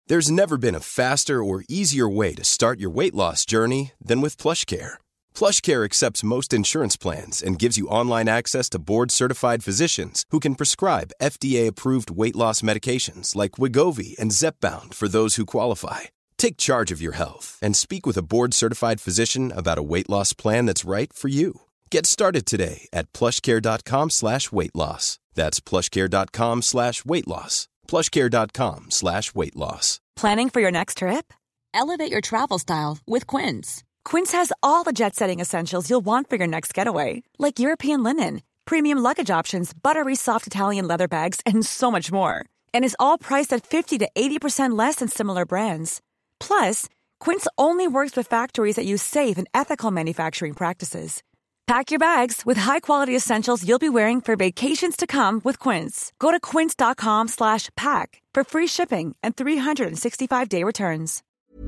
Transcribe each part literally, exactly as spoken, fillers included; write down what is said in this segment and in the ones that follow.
There's never been a faster or easier way to start your weight loss journey than with PlushCare. PlushCare accepts most insurance plans and gives you online access to board-certified physicians who can prescribe F D A-approved weight loss medications like Wegovy and Zepbound for those who qualify. Take charge of your health and speak with a board-certified physician about a weight loss plan that's right for you. Get started today at plushcare.com slash weight loss. That's plushcare.com slash weight loss. plushcare.com slash weight loss. Planning for your next trip? Elevate your travel style with Quince. Quince has all the jet-setting essentials you'll want for your next getaway, like European linen, premium luggage options, buttery soft Italian leather bags, and so much more. And is all priced at fifty to eighty percent less than similar brands. Plus, Quince only works with factories that use safe and ethical manufacturing practices. Pack your bags with high-quality essentials you'll be wearing for vacations to come with Quince. Go to quince.com slash pack for free shipping and three sixty-five day returns.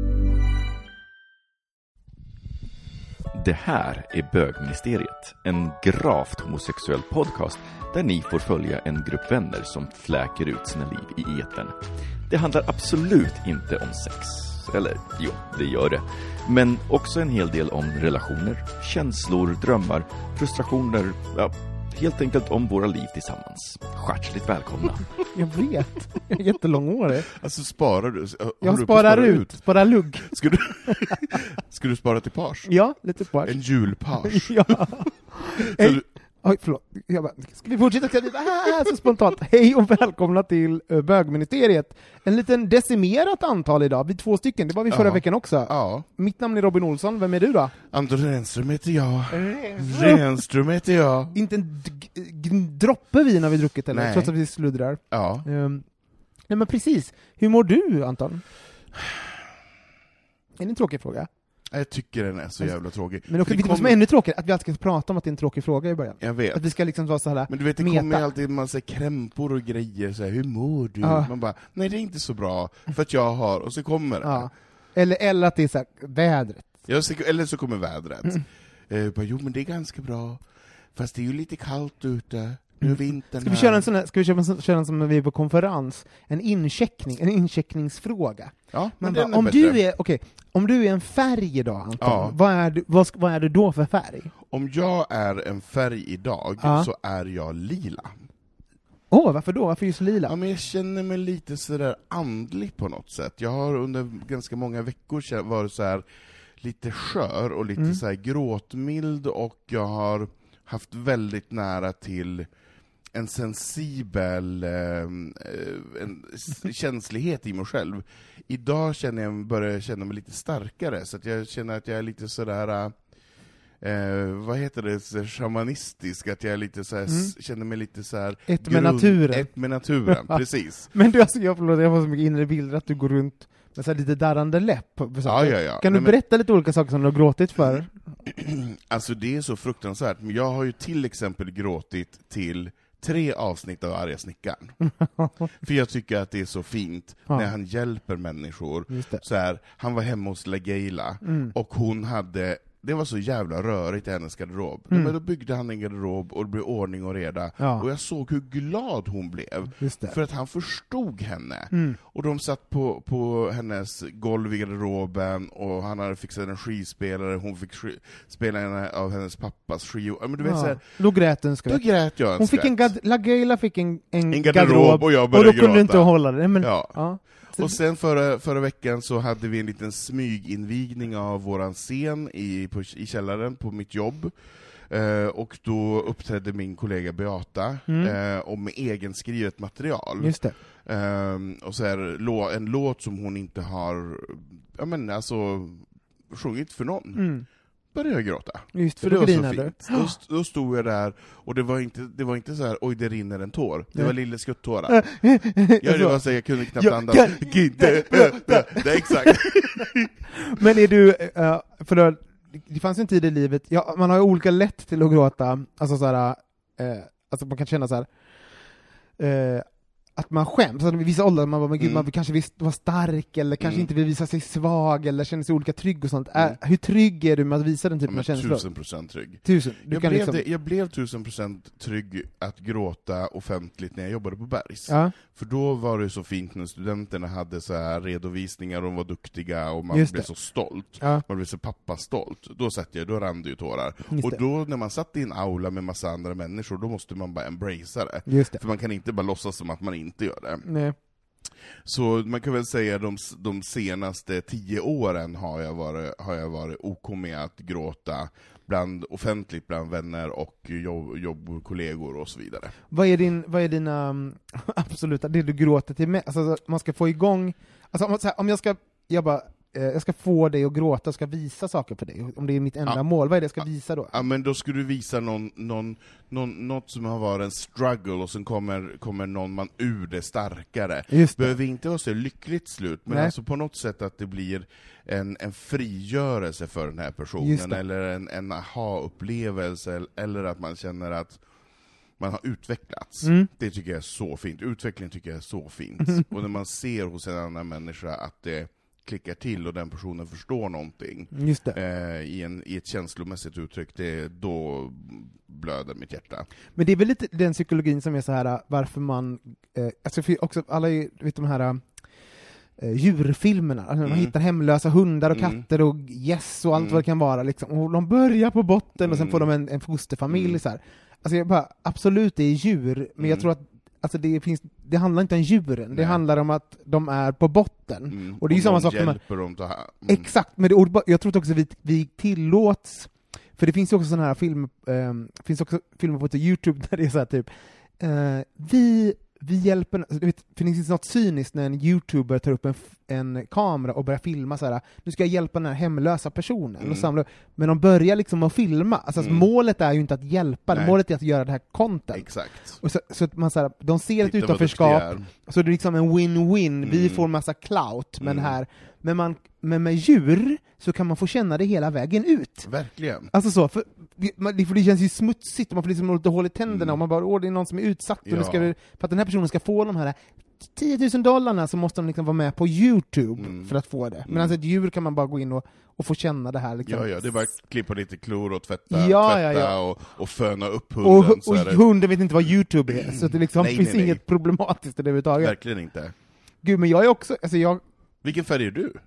Det här är Bögministeriet, en gravt homosexuell podcast där ni får följa en grupp vänner som fläker ut sina liv i etern. Det handlar absolut inte om sex. Eller, jo, det gör det. Men också en hel del om relationer, känslor, drömmar, frustrationer. Ja, helt enkelt om våra liv tillsammans. Hjärtligt välkomna. Jag vet. Jag är jättelångårig. Alltså sparar du? Jag sparar ut. ut. Sparar lugg. Ska du, ska du spara till page? Ja, lite page. En julpage. Ja. Hey. Du... Oj, förlåt. Jag bara, ska vi fortsätta? Ska vi... ah, så spontant. Hej och välkomna till uh, Bögministeriet. En liten decimerat antal idag. Vi två stycken. Det var vi förra ja. veckan också. Ja. Mitt namn är Robin Olsson. Vem är du då? Anton Renström heter jag. Renström heter jag. Inte en d- g- droppe vin har vi druckit, eller? Nej. Trots att vi sluddrar. Ja. Um, nej, men precis. Hur mår du, Anton? Är det en tråkig fråga? Jag tycker den är så jävla tråkig. Men också, det kommer... som är ännu tråkigare, att vi alltid ska prata om att det är en tråkig fråga i början. Jag vet. Att vi ska liksom vara så här. Men du vet, det meta. kommer alltid en massa krämpor och grejer. Så här, hur mår du? Ja. Man bara, nej det är inte så bra. För att jag har, och så kommer det. Ja. Eller, eller att det är så här, vädret. Ja, eller så kommer vädret. Mm. Eh, bara, jo men det är ganska bra. Fast det är ju lite kallt ute. Nu är vintern. Ska vi köra en sån här, ska vi köra en, köra en som när vi är på konferens, en incheckning, en incheckningsfråga. Ja, men bara, den är om bättre. du är, okej, om du är en färg idag, Anton, Ja. vad är du, vad, vad är du då för färg? Om jag är en färg idag Ja. så är jag lila. Åh, oh, varför då? Varför just lila? Ja, men jag känner mig lite sådär andlig på något sätt. Jag har under ganska många veckor varit så här lite skör och lite Mm. så här gråtmild, och jag har haft väldigt nära till en sensibel eh, en känslighet i mig själv. Idag känner jag, börjar jag känna mig lite starkare, så att jag känner att jag är lite sådär eh, vad heter det, så shamanistisk, att jag är lite så här, Mm. känner mig lite så här Ett med naturen. Ett med naturen, precis. Men du, alltså, jag, förlåt, jag får så mycket inre bilder att du går runt med så här lite darrande läpp. Ja, ja, ja. Kan du Nej, berätta lite olika saker som du har gråtit för? Alltså det är så fruktansvärt, men jag har ju till exempel gråtit till tre avsnitt av Arga snickaren. För jag tycker att det är så fint Ja. när han hjälper människor. Just det. Så här, han var hemma hos LaGaylia, Mm. och hon hade, det var så jävla rörigt i hennes garderob. Mm. Men då byggde han en garderob och det blev ordning och reda. Ja. Och jag såg hur glad hon blev. Just det. För att han förstod henne. Mm. Och de satt på, på hennes golv i garderoben, och han hade fixat en skivspelare, hon fick sk- spela en av hennes pappas skivor. Men du vet, Ja. så här, Då grät en då skvätt. grät jag en Hon fick en skvätt. gad- LaGaylia fick en, en, En garderob, och jag och började då kunde du inte gråta. hålla det. Men, Ja. ja. Och sen förra, förra veckan så hade vi en liten smyginvigning av våran scen i, på, i källaren på mitt jobb. Eh, och då uppträdde min kollega Beata, Mm. eh, och med egenskrivet material. Just det. Eh, och så är lå, en låt som hon inte har, ja men alltså, sjungit för någon. Mm. Började jag gråta. Just För för det då var så grinade du. fint. Då, då stod jag där, och det var inte, det var inte så här, oj det rinner en tår. Det Nej. var lille skuttårar. Ja, det var så, jag kunde knappt Jag andas. kan- Det är exakt. Men är du, uh, för då, det fanns en tid i livet, ja, man har ju olika lätt till att gråta, alltså så här, uh, alltså man kan känna så här, uh, att man skäms. Alltså, i vissa åldrar man var, men gud, Mm. man kanske vill vara stark eller kanske Mm. inte vill visa sig svag eller känner sig olika trygg och sånt. Mm. Är, hur trygg är du med att visa den Ja, typen men av känslor? tusen procent trygg. Tusen. Du Jag kan blev, liksom... det, jag blev tusen procent trygg att gråta offentligt när jag jobbade på Bergs. Ja, För då var det så fint när studenterna hade så här redovisningar, de var duktiga och man Just blev det. så stolt. ja, Man blev så pappastolt. Då satt jag, då rann det ju tårar. just Och det. då när man satt i en aula med massa andra människor, då måste man bara embracea det. Just det. För man kan inte bara låtsas som att man inte gör det. Nej. Så man kan väl säga de, de senaste tio åren har jag varit, har jag varit ok med att gråta bland, offentligt bland vänner och jobb, jobbkollegor och så vidare. Vad är din, vad är dina um, absoluta, det du gråter till med? Alltså man ska få igång, alltså om, så här, om jag ska, jag bara, eh, jag ska få dig att gråta, ska visa saker för dig, om det är mitt enda Ja. mål, vad är det jag ska visa då? Ja, men då skulle du visa någon, någon, någon, något som har varit en struggle och sen kommer, kommer någon man ur det starkare. Just det. Behöver inte vara så lyckligt slut, men Nej. alltså på något sätt att det blir en, en frigörelse för den här Just personen, det. eller en, en aha-upplevelse, eller att man känner att man har utvecklats. Mm. Det tycker jag är så fint. Utveckling tycker jag är så fint. Och när man ser hos en annan människa att det klickar till och den personen förstår någonting Just det. eh, i, en, i ett känslomässigt uttryck, det, då blöder mitt hjärta. Men det är väl lite den psykologin som är så här varför man, eh, alltså för också alla är, vet de här eh, djurfilmerna, alltså man Mm. hittar hemlösa hundar och Mm. katter och gäss och allt Mm. vad det kan vara liksom. Och de börjar på botten och sen Mm. får de en, en fosterfamilj Mm. så här. Alltså jag bara, absolut det är djur, men Mm. jag tror att alltså det, finns, det handlar inte om djuren, det Nej. handlar om att de är på botten. Mm. Och det är ju Om samma någon sak med- hjälper dem ta hand. Mm. Exakt, men det, och jag tror också att vi, vi tillåts, för det finns ju också sådana här film, eh, finns också filmer på YouTube där det är så här typ eh, vi, vi hjälper, alltså, du vet, för det finns något cyniskt när en YouTuber tar upp en, f- en kamera och börjar filma så här. Nu ska jag hjälpa den här hemlösa personen Mm. och samla, men de börjar liksom att filma, alltså, Mm. alltså målet är ju inte att hjälpa, Nej. målet är att göra det här content. Exakt. Och så, så att man så här, de ser ett Titta vad utanförskap, duktig jag är. så det är liksom en win-win, vi Mm. får massa clout med Mm. det här, men, man, men med djur så kan man få känna det hela vägen ut. Verkligen. Alltså så, för, man, för det känns ju smutsigt, och man får liksom lite hål i tänderna, Mm. och man bara, åh det är någon som är utsatt, och Ja. nu ska det, för att den här personen ska få de här tio tusen dollarna så måste de liksom vara med på YouTube Mm. för att få det. Men Mm. alltså ett djur kan man bara gå in och, och få känna det här liksom. Ja, ja, det är bara att klippa lite klor och tvätta, Ja, tvätta ja, ja. Och, och föna upp hunden. Och, så och är det hunden vet inte vad YouTube är, så det liksom Nej, finns nej, nej. inget problematiskt överhuvudtaget. verkligen inte. Gud, men jag är också, alltså jag, Vilken färg är du?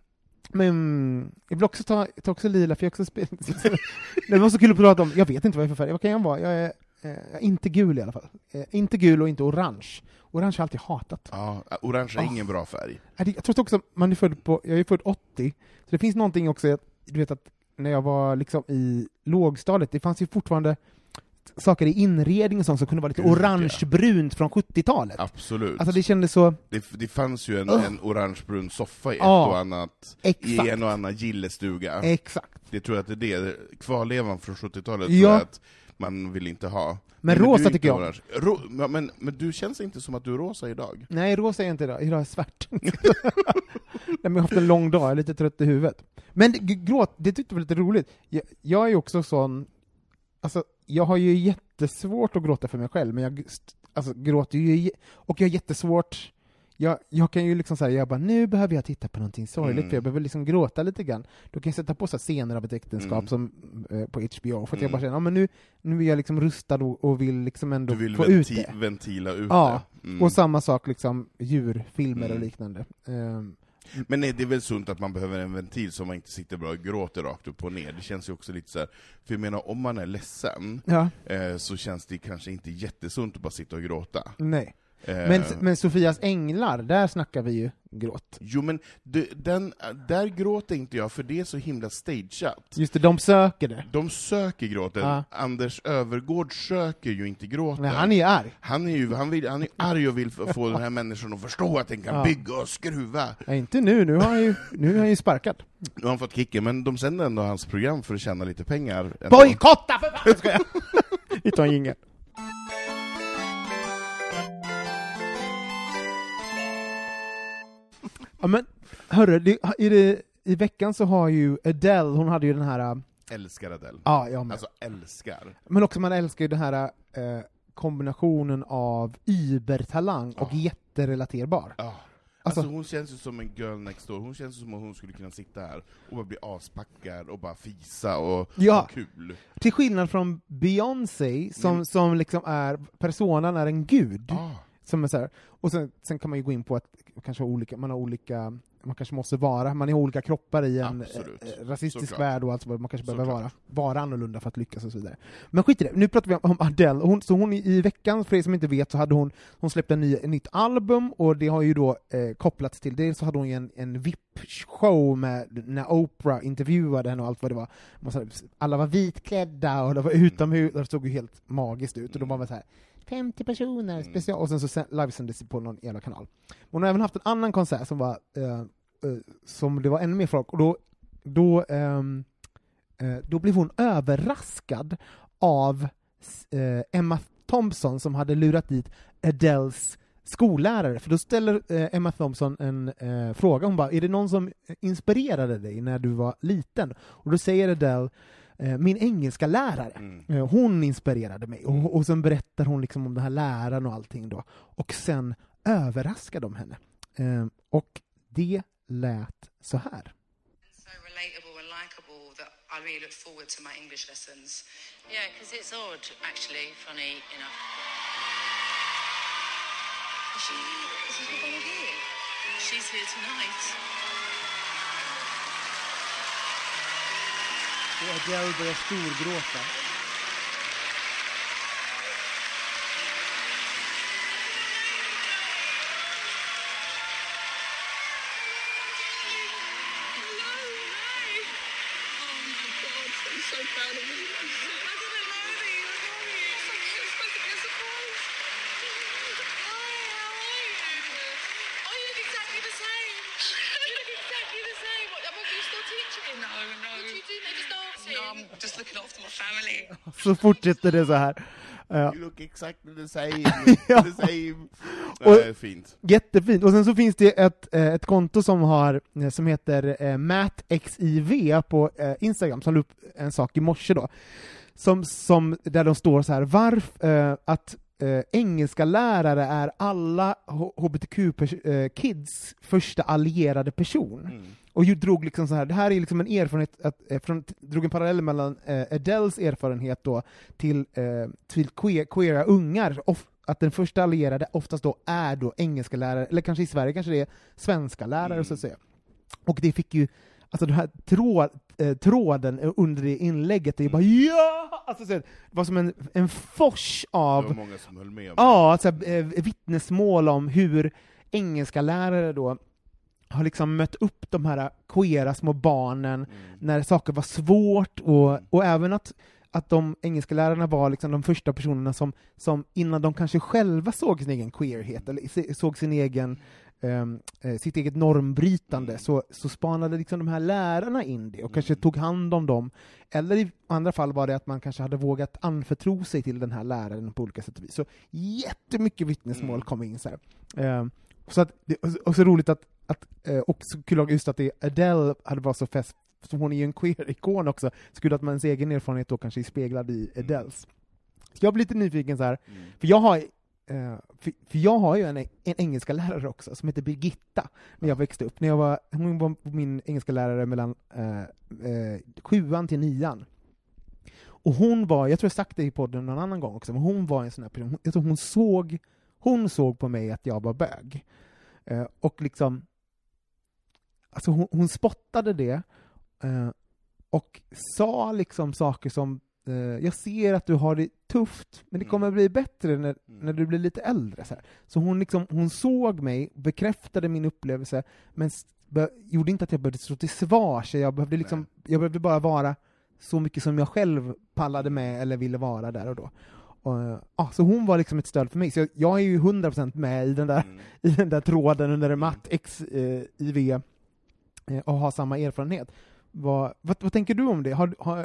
men jag vill också ta, ta också lila, för jag också spel. Det var så kul att prata om, jag vet inte vad jag är för färg, vad kan jag vara? Jag är eh, inte gul i alla fall. Eh, inte gul och inte orange. Orange har jag alltid hatat. Ja, orange är Ah. ingen bra färg. Jag tror också, man är född på, jag är född åttio, så det finns någonting också, i att, du vet att när jag var liksom i lågstadiet, det fanns ju fortfarande saker i inredning och sånt som kunde vara lite Gud, ja. orangebrunt från sjuttiotalet. Absolut. Alltså det kändes så, det, det fanns ju en, Ugh. en orangebrun soffa i ett Ja. och annat, exakt, i en och annan gillestuga. exakt. Det tror jag att det är det. Kvarlevan från sjuttiotalet Ja. tror jag att man vill inte ha. Men du är rosa inte tycker jag. orange. Ro, ja, men, men du känns inte som att du är rosa idag. Nej, rosa är jag inte idag. Idag är jag svart. Nej, men jag har haft en lång dag, jag är lite trött i huvudet. Men g- gråt, det tyckte jag var lite roligt. Jag, jag är ju också sån, alltså, jag har ju jättesvårt att gråta för mig själv, men jag st- alltså, gråter ju, jä- och jag har jättesvårt, jag, jag kan ju liksom säga, jag bara, nu behöver jag titta på någonting sorgligt, Mm. för jag behöver liksom gråta lite grann. Då kan jag sätta på så här scener av ett äktenskap Mm. som eh, på H B O, för att jag Mm. bara känner, ja men nu, nu är jag liksom rustad och, och vill liksom ändå Du vill få venti- ut det. ventila ut Ja, det. Mm. Och samma sak liksom djurfilmer Mm. och liknande. Um, Men nej, det är väl sunt att man behöver en ventil så man inte sitter bara och gråter rakt upp och ner. Det känns ju också lite så här, för jag menar om man är ledsen ja, eh, så känns det kanske inte jättesunt att bara sitta och gråta. nej. Eh, Men, men Sofias änglar, där snackar vi ju gråt. Jo men du, den, där gråter inte jag, för det är så himla stageat. Just det, de söker det. De söker gråten. Ja. Anders Övergård söker ju inte gråten. Nej, han är ju arg. Han är ju han vill, han är arg och vill f- få den här människan att förstå att den kan Ja. bygga och skruva. Nej, inte nu, nu har han ju, nu har han ju sparkat. Nu har han fått kicken, men de sänder ändå hans program för att tjäna lite pengar. ändå. Bojkotta för fan! Ska jag? Vi tar en jingel. Ja men, hörru, det, i, det, i veckan så har ju Adele, hon hade ju den här, Älskar Adele. ja, jag med. Alltså älskar. Men också man älskar ju den här, eh, kombinationen av übertalang och Ja. jätterelaterbar. Ja. Alltså, Alltså- hon känns ju som en girl next door. Hon känns som att hon skulle kunna sitta här och bara bli aspackad och bara fisa och Ja. ha kul. Till skillnad från Beyoncé, som, Mm. som liksom är, personan är en gud. Ah. Som är så här, och sen, sen kan man ju gå in på att kanske ha olika, man har olika, man kanske måste vara, man har olika kroppar i en Absolut. eh, rasistisk Såklart. värld och allt så, man kanske behöver vara, Såklart. vara annorlunda för att lyckas och så vidare. Men skit i det, nu pratar vi om Adele. Hon, så hon i, i veckan, för er som inte vet, så hade hon, hon släppt en ny, en nytt album, och det har ju då eh, kopplats till det, så hade hon ju en, en V I P-show med, när Oprah intervjuade henne och allt vad det var. Man sa, alla var vitklädda och det var utomhus, och det såg ju helt magiskt ut, och de var väl så här femtio personer, Mm. special, och sen så sen- livesändes det på någon jävla kanal. Hon har även haft en annan konsert som var eh, eh, som det var ännu mer folk, och då då, ehm, eh, då blev hon överraskad av eh, Emma Thompson, som hade lurat dit Adeles skollärare, för då ställer eh, Emma Thompson en eh, fråga, hon bara, är det någon som inspirerade dig när du var liten? Och då säger Adele, eh, min engelska lärare. Mm. Eh, Hon inspirerade mig, och, och sen berättar hon liksom om den här läraren och allting då. Och sen överraskar de henne. Eh, och det lät så här. So relatable and likeable that I really look forward to my English lessons. Yeah, because it's odd, actually, funny enough. Is she, is she going here? She's here tonight. Och Adele börjar storgråta. I'm so proud of you. I didn't know that you were coming. It's supposed to be a surprise. Hi, how are you? Oh, you look exactly the same. You look exactly the same. What, are you still teaching? No, no. What do you do? They just dancing? No, I'm just looking after my family. Så fortsätter det så här. Eh, You look exactly the same. Ja. The same. Och- Nej, fint. Jättefint. Och sen så finns det ett, eh, ett konto som har eh, som heter eh, MattXIV på eh, Instagram, som la upp en sak i morse då. Som, som, där de står så här, varf, eh, att eh, engelska lärare är alla H B T Q-kids första allierade person. Mm. Och ju drog liksom så här, det här är liksom en erfarenhet, att, eh, från, drog en parallell mellan eh, Adeles erfarenhet då till, eh, till queer, queera ungar, of, att den första allierade oftast då är då engelska lärare, eller kanske i Sverige kanske det är svenska lärare, Mm. så att säga. Och det fick ju, alltså den här tråd, eh, tråden under det inlägget, det är bara ja! Alltså, så, det var som en, en fors Det av var många som höll med om ja, alltså, eh, vittnesmål om hur engelska lärare då har liksom mött upp de här queera små barnen Mm. när saker var svårt, och, Mm. och även att, att de engelska lärarna var liksom de första personerna som, som innan de kanske själva såg sin egen queerhet, eller se- såg sin egen ehm, eh, sitt eget normbrytande, Mm. så, så spanade liksom de här lärarna in det och Mm. kanske tog hand om dem. Eller i andra fall var det att man kanske hade vågat anförtro sig till den här läraren på olika sätt och vis. Så jättemycket vittnesmål Mm. kom in så här. Ehm, så att det är också roligt att, att eh, och så kul just att det Adele hade varit så fest, så hon är ju en queer-ikon också, så kul att man ens egen erfarenhet då kanske är speglad i Adeles. Så jag blir lite nyfiken så här, Mm. för jag har eh, för, för jag har ju en, en engelska lärare också som heter Birgitta när jag växte upp. När jag var, hon var min engelska lärare mellan eh, eh, sjuan till nian. Och hon var, jag tror jag sagt det i podden någon annan gång också, men hon var en sån här person, jag tror hon såg hon såg på mig att jag var bög. Eh, och liksom alltså hon, hon spottade det eh, och sa liksom saker som eh, jag ser att du har det tufft, men det kommer att bli bättre när, när du blir lite äldre. Så, här. Så hon, liksom, hon såg mig, bekräftade min upplevelse, men be, gjorde inte att jag behövde stå till svars. Jag behövde, liksom, jag behövde bara vara så mycket som jag själv pallade med eller ville vara där och då. Och, ja, så hon var liksom ett stöd för mig. Så jag, jag är ju hundra procent med i den där, Mm. i den där tråden under Matt X I V eh, och har samma erfarenhet. Vad, vad, vad tänker du om det? Har, har...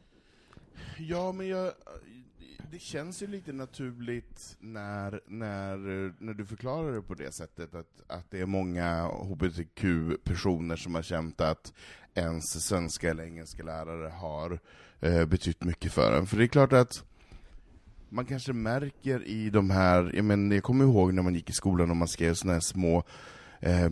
Ja, men jag, det känns ju lite naturligt när, när, när du förklarar det på det sättet, att, att det är många H B T Q-personer som har känt att ens svenska eller engelska lärare har eh, betytt mycket för en. För det är klart att man kanske märker i de här, jag, men, jag kommer ihåg när man gick i skolan och man skrev såna här små eh,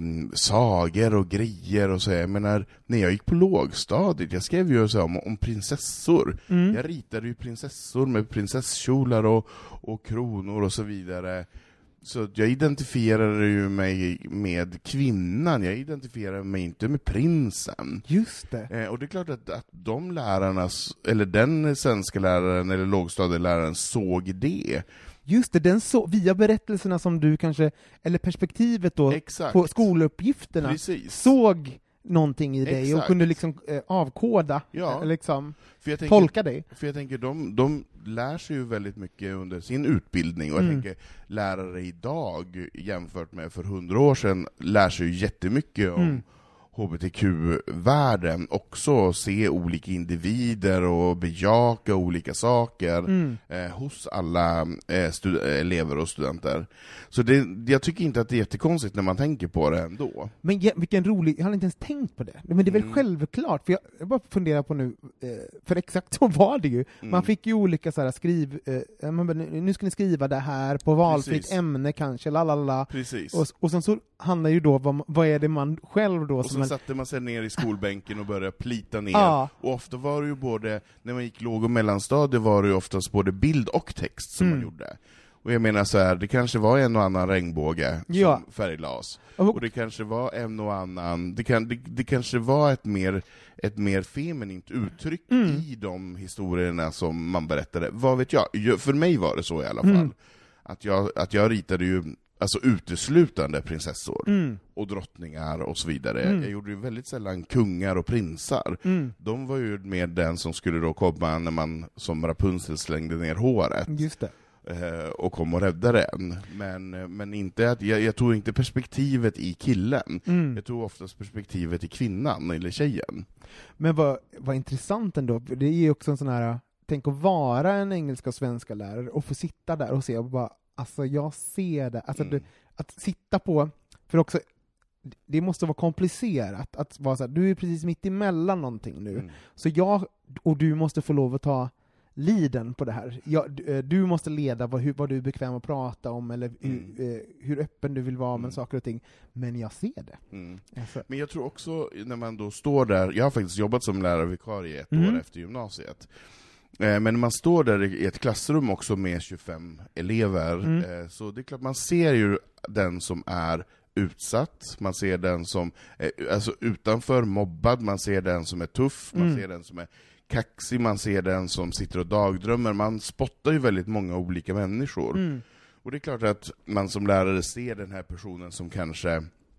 sagor och grejer och så. Jag menar, när jag gick på lågstadiet, jag skrev ju så om, om prinsessor. Mm. Jag ritade ju prinsessor med prinsesskjolar och, och kronor och så vidare. Så jag identifierade ju mig med kvinnan, jag identifierade mig inte med prinsen. Just det. Eh, och det är klart att, att de lärarna, eller den svenska läraren eller lågstadieläraren såg det. Just det, den så, via berättelserna som du kanske, eller perspektivet då, Exakt. på skoluppgifterna, Precis. såg någonting i dig och Exakt. kunde liksom eh, avkoda, Ja. eh, liksom För jag tänker, tolka dig. För jag tänker, de, de lär sig ju väldigt mycket under sin utbildning, och jag Mm. tänker, lärare idag jämfört med för hundra år sedan lär sig ju jättemycket om Mm. H B T Q-världen, också se olika individer och bejaka olika saker Mm. eh, hos alla eh, stud- elever och studenter. Så det, jag tycker inte att det är jättekonstigt när man tänker på det ändå. Men ja, vilken rolig, jag har inte ens tänkt på det. Men det är väl Mm. självklart, för jag, jag bara funderar på nu, eh, för exakt så var det ju. Man Mm. fick ju olika så här skriv, eh, man bara, nu nu ska ni skriva det här på valfritt Precis. ämne kanske, lalala. Precis. Och, och sen så handlar ju då, vad, vad är det man själv då Och som så en, satte man sig ner i skolbänken och började plita ner. Ja. Och ofta var det ju både, när man gick låg- och mellanstadie var det ju oftast både bild och text som Mm. man gjorde. Och jag menar så här, det kanske var en och annan regnbåge Ja. som färglas. Och- Och det kanske var en och annan, det, kan, det, det kanske var ett mer, ett mer feminint uttryck Mm. i de historierna som man berättade. Vad vet jag? Jag- För mig var det så i alla fall. Mm. Att, jag, att jag ritade ju alltså uteslutande prinsessor Mm. och drottningar och så vidare. Mm. Jag gjorde ju väldigt sällan kungar och prinsar. Mm. De var ju med den som skulle då komma när man som Rapunzel slängde ner håret Just det. eh, och kom och räddade den. Men, men inte att, jag, jag tog inte perspektivet i killen. Mm. Jag tog oftast perspektivet i kvinnan eller tjejen. Men vad, vad intressant ändå, för det är ju också en sån här, tänk att vara en engelska och svenska lärare och få sitta där och se och bara, alltså jag ser det, alltså Mm. du, att sitta på, för också, det måste vara komplicerat, att vara så här, du är precis mitt emellan någonting nu, Mm. så jag, och du måste få lov att ta liden på det här. Jag, du, du måste leda vad, hur, vad du är bekväm att prata om, eller hur, Mm. eh, hur öppen du vill vara med Mm. saker och ting, men jag ser det. Mm. Alltså, Men jag tror också, när man då står där, jag har faktiskt jobbat som lärarvikarie ett Mm. år efter gymnasiet. Eh, Men när man står där i ett klassrum också med tjugofem elever, Mm. eh, så det är klart man ser ju den som är utsatt, man ser den som är alltså utanför mobbad, man ser den som är tuff, man Mm. ser den som är kaxig, man ser den som sitter och dagdrömmer, man spottar ju väldigt många olika människor. mm. Och det är klart att man som lärare ser den här personen som kanske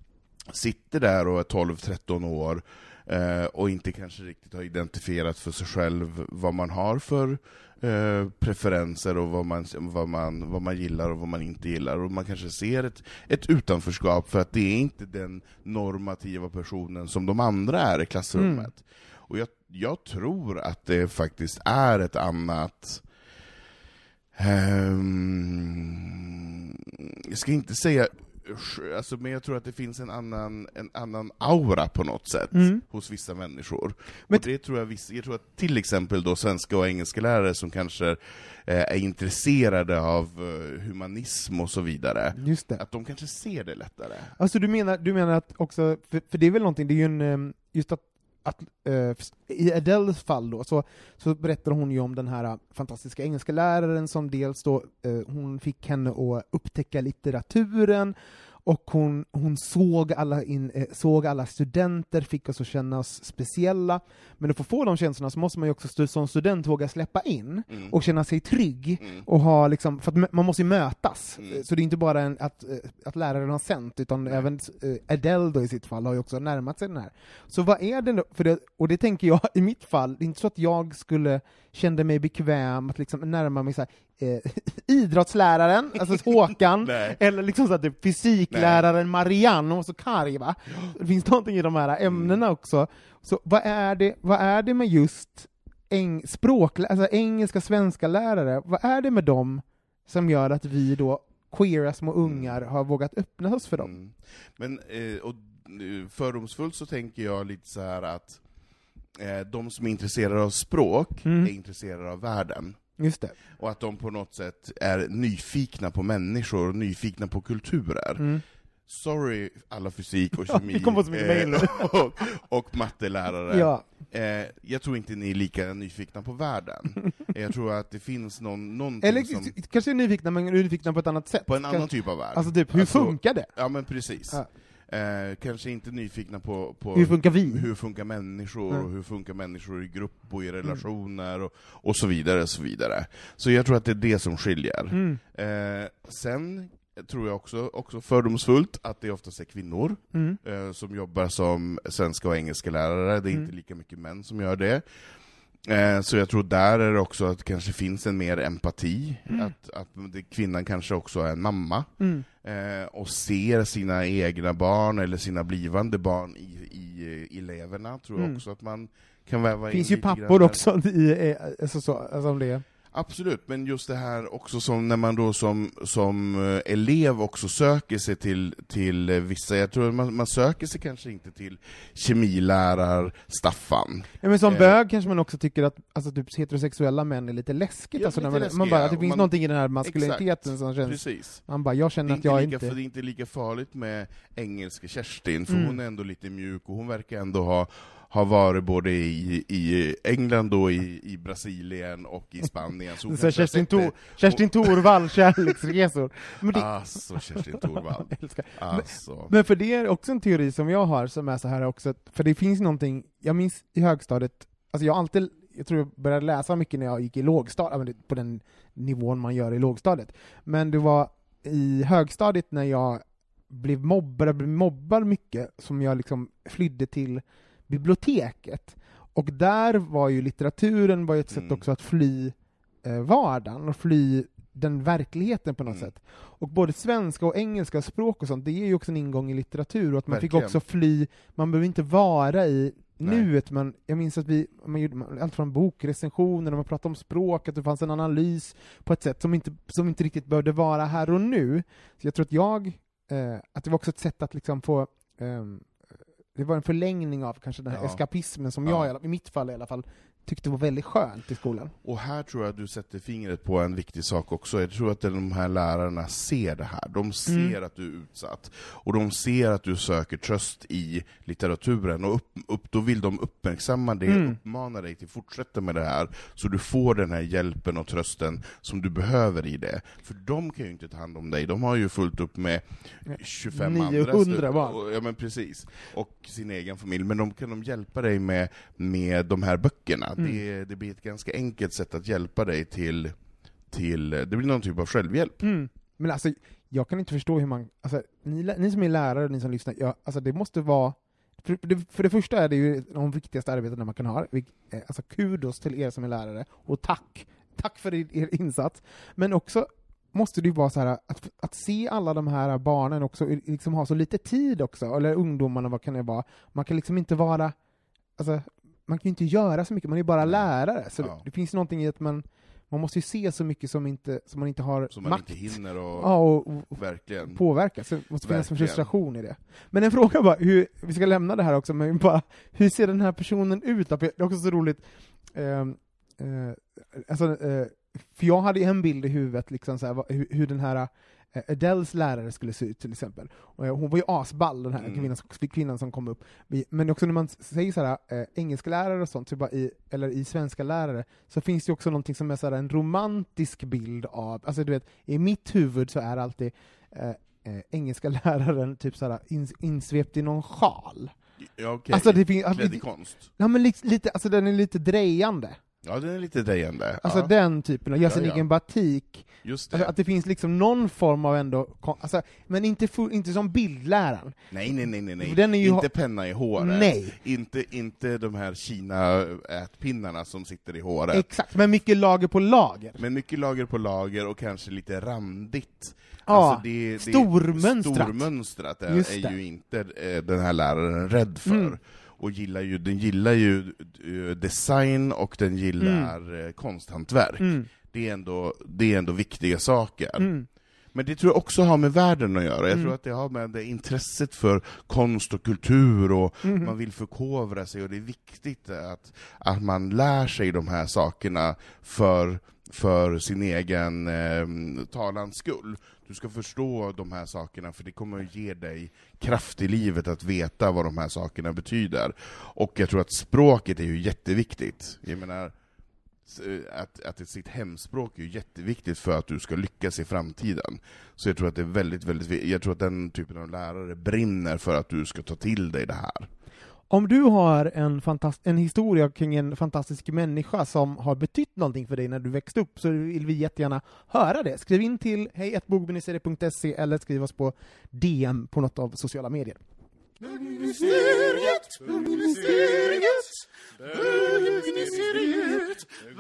sitter där och är tolv tretton år eh, och inte kanske riktigt har identifierat för sig själv vad man har för eh, preferenser och vad man, vad, man, vad man gillar och vad man inte gillar. Och man kanske ser ett, ett utanförskap för att det är inte den normativa personen som de andra är i klassrummet. Mm. Och jag, jag tror att det faktiskt är ett annat... Um, jag ska inte säga alltså, men jag tror att det finns en annan, en annan aura på något sätt Mm. hos vissa människor. Men- och det tror jag, viss, jag tror att till exempel då svenska och engelska lärare som kanske eh, är intresserade av eh, humanism och så vidare, Just det. att de kanske ser det lättare. Alltså du menar, du menar att också, för, för det är väl någonting, det är ju en, em, just att, att eh, i Adels fall då, så, så berättar hon ju om den här eh, fantastiska engelska läraren som dels då, eh, hon fick henne att upptäcka litteraturen, och hon, hon såg, alla in, eh, såg alla studenter, fick oss att känna oss speciella, men för att få de känslorna så måste man ju också stu- som student våga släppa in Mm. och känna sig trygg. Mm. Och ha liksom, för att m- man måste ju mötas, Mm. så det är inte bara en, att, eh, att läraren har sänt, utan Nej. även eh, Adele då i sitt fall har ju också närmat sig den här. Så vad är det då? För det, och det tänker jag i mitt fall, det är inte så att jag skulle kände mig bekväm att liksom närma mig så här, eh, idrottsläraren, alltså Håkan, Nej. eller liksom så att det är fysikläraren Marianne, och så karg, va? Det finns någonting i de här ämnena också. Så vad är det, vad är det med just eng, språk, alltså engelska, svenska lärare, vad är det med dem som gör att vi då, queera små ungar, har vågat öppna oss för dem? Mm. Men eh, och eh, fördomsfullt så tänker jag lite så här att eh, de som är intresserade av språk Mm. är intresserade av världen. Just det. Och att de på något sätt är nyfikna på människor, nyfikna på kulturer. Mm. Sorry alla fysik och kemi Vi kommer så mycket mejl nu. och, och mattelärare. Ja. Eh, jag tror inte ni är lika nyfikna på världen. Jag tror att det finns någon, någonting Eller som... kanske är nyfikna, men nyfikna på ett annat sätt. På en annan Kanske, typ av värld. alltså typ, hur Alltså, funkar det? Ja men precis. Ja. Eh, kanske inte nyfikna på, på Hur funkar vi? hur funkar människor, Mm. och hur funkar människor i grupp och i relationer, och, och så vidare, så vidare. Så jag tror att det är det som skiljer. Mm. Eh, sen tror jag också, också fördomsfullt att det oftast är kvinnor Mm. eh, som jobbar som svenska och engelska lärare. Det är Mm. inte lika mycket män som gör det. Eh, så jag tror där är det också att det kanske finns en mer empati, Mm. att, att det, kvinnan kanske också är en mamma, Mm. eh, och ser sina egna barn eller sina blivande barn i, i, i eleverna, tror jag Mm. också att man kan väva Det in finns ju lite grann pappor där. också i, eh, alltså, så, alltså om det är. Absolut, men just det här också som när man då som, som eh, elev också söker sig till, till eh, vissa, jag tror man, man söker sig kanske inte till kemilärar Staffan. Ja, men som Eh. bög kanske man också tycker att alltså, typ, heterosexuella män är lite läskigt. Ja, alltså, lite när man, läskiga. man bara, att det Och finns man- någonting i den här maskuliniteten Exakt. som känns... Precis. Man bara, jag Det känner är, att inte jag lika, inte... för det är inte lika farligt med engelska Kerstin, för Mm. hon är ändå lite mjuk, och hon verkar ändå ha har varit både i, i England och i, i Brasilien och i Spanien. Så hon Så kanske har Kerstin, sett det. Tor, Kerstin Torvall, kärleksresor. Men det, Alltså Kerstin Torvald. jag älskar. Alltså. Men för det är också en teori som jag har som är så här också, att- för det finns någonting, jag minns i högstadiet, alltså jag har alltid, jag tror jag började läsa mycket när jag gick i lågstadiet, på den nivån man gör i lågstadiet. Men det var i högstadiet när jag blev mobbad, jag blev mobbad mycket, som jag liksom flydde till biblioteket. Och där var ju litteraturen var ju ett sätt Mm. också att fly eh, vardagen och fly den verkligheten på något Mm. sätt. Och både svenska och engelska språk och sånt, det är ju också en ingång i litteratur, och att man Verkligen. fick också fly, man behöver inte vara i Nej. nuet, men jag minns att vi man gjorde man- allt från bokrecensioner, när man pratade om språk, att det fanns en analys på ett sätt som inte, som inte riktigt behövde vara här och nu. Så jag tror att jag, eh, att det var också ett sätt att liksom få ehm, det var en förlängning av kanske den här Ja. eskapismen som Ja. jag, i alla- i mitt fall i alla fall, tyckte var väldigt skönt i skolan. Och här tror jag att du sätter fingret på en viktig sak också. Jag tror att de här lärarna ser det här. De ser Mm. att du är utsatt. Och de ser att du söker tröst i litteraturen. Och upp, upp, då vill de uppmärksamma det, Mm. uppmana dig till att fortsätta med det här. Så du får den här hjälpen och trösten som du behöver i det. För de kan ju inte ta hand om dig. De har ju fullt upp med tjugofem niohundra andra. barn. Och- Ja men precis. Och sin egen familj. Men de kan de hjälpa dig med, med de här böckerna. Mm. Det, det blir ett ganska enkelt sätt att hjälpa dig till, till det blir någon typ av självhjälp. Mm. Men alltså, jag kan inte förstå hur man, alltså, ni, lä- ni som är lärare och ni som lyssnar, ja, alltså det måste vara, för det, för det första är det ju de viktigaste arbetena man kan ha, Vil- eh, alltså kudos till er som är lärare, och tack, tack för er, er insats, men också måste det ju vara så här att, att se alla de här barnen också, liksom ha så lite tid också, eller ungdomarna, vad kan det vara, man kan liksom inte vara, alltså, man kan ju inte göra så mycket, man är bara lärare, så Ja. det, det finns någonting i att man man måste ju se så mycket som, inte, som man inte har Som man makt inte hinner och, ja, och, och verkligen. påverka, så det måste finnas en Verkligen. frustration i det. Men en fråga bara, hur, vi ska lämna det här också, men bara, hur ser den här personen ut? Det är också så roligt, eh, eh, alltså, eh, för jag hade en bild i huvudet, liksom så här, vad- hur, hur den här eh, Adeles lärare skulle se ut till exempel. Och, eh, hon var ju asball, den här Mm. kvinnan, som- kvinnan som kom upp. Vi- Men också när man säger så här, eh, engelska lärare och sånt, så bara i, eller i svenska lärare, så finns det ju också någonting som är så här, en romantisk bild av, alltså du vet, i mitt huvud så är alltid eh, eh, engelska läraren typ så här, in, insvept i någon sjal. Ja, okej. Alltså det finns, Klädd i konst. ja, men lite, lite, alltså den är lite drejande. Ja, den är lite drejande. Alltså ja, den typen, och gör sin Ja, ja. egen batik. just det. Alltså att det finns liksom någon form av ändå, kon- alltså, men inte, full, inte som bildläraren. Nej, nej, nej, nej, nej. Den är ju Inte ha- penna i håret. Nej. Inte, inte de här Kina-ätpinnarna som sitter i håret. Exakt, men mycket lager på lager. Men mycket lager på lager och kanske lite randigt. Ja, Alltså det, det, stormönstrat. Stormönstrat är, Just är det. ju inte eh, den här läraren rädd för. Mm. Och gillar ju, den gillar ju eh, design och den gillar eh, konsthantverk. Mm. Det, är ändå, det är ändå viktiga saker. Mm. Men det tror jag också har med världen att göra. Jag Mm. tror att det har med det intresset för konst och kultur och Mhm. man vill förkovra sig och det är viktigt att, att man lär sig de här sakerna för, för sin egen eh, talans skull. Du ska förstå de här sakerna för det kommer att ge dig kraft i livet att veta vad de här sakerna betyder. Och jag tror att språket är ju jätteviktigt. Jag menar, att, att ett sitt hemspråk är ju jätteviktigt för att du ska lyckas i framtiden. Så jag tror att det är väldigt, väldigt, jag tror att den typen av lärare brinner för att du ska ta till dig det här. Om du har en, fantast- en historia kring en fantastisk människa som har betytt någonting för dig när du växte upp, så vill vi jättegärna höra det. Skriv in till hej at bogministeriet punkt se eller skriv oss på D M på något av sociala medier. Bögministeriet, bögministeriet, bögministeriet,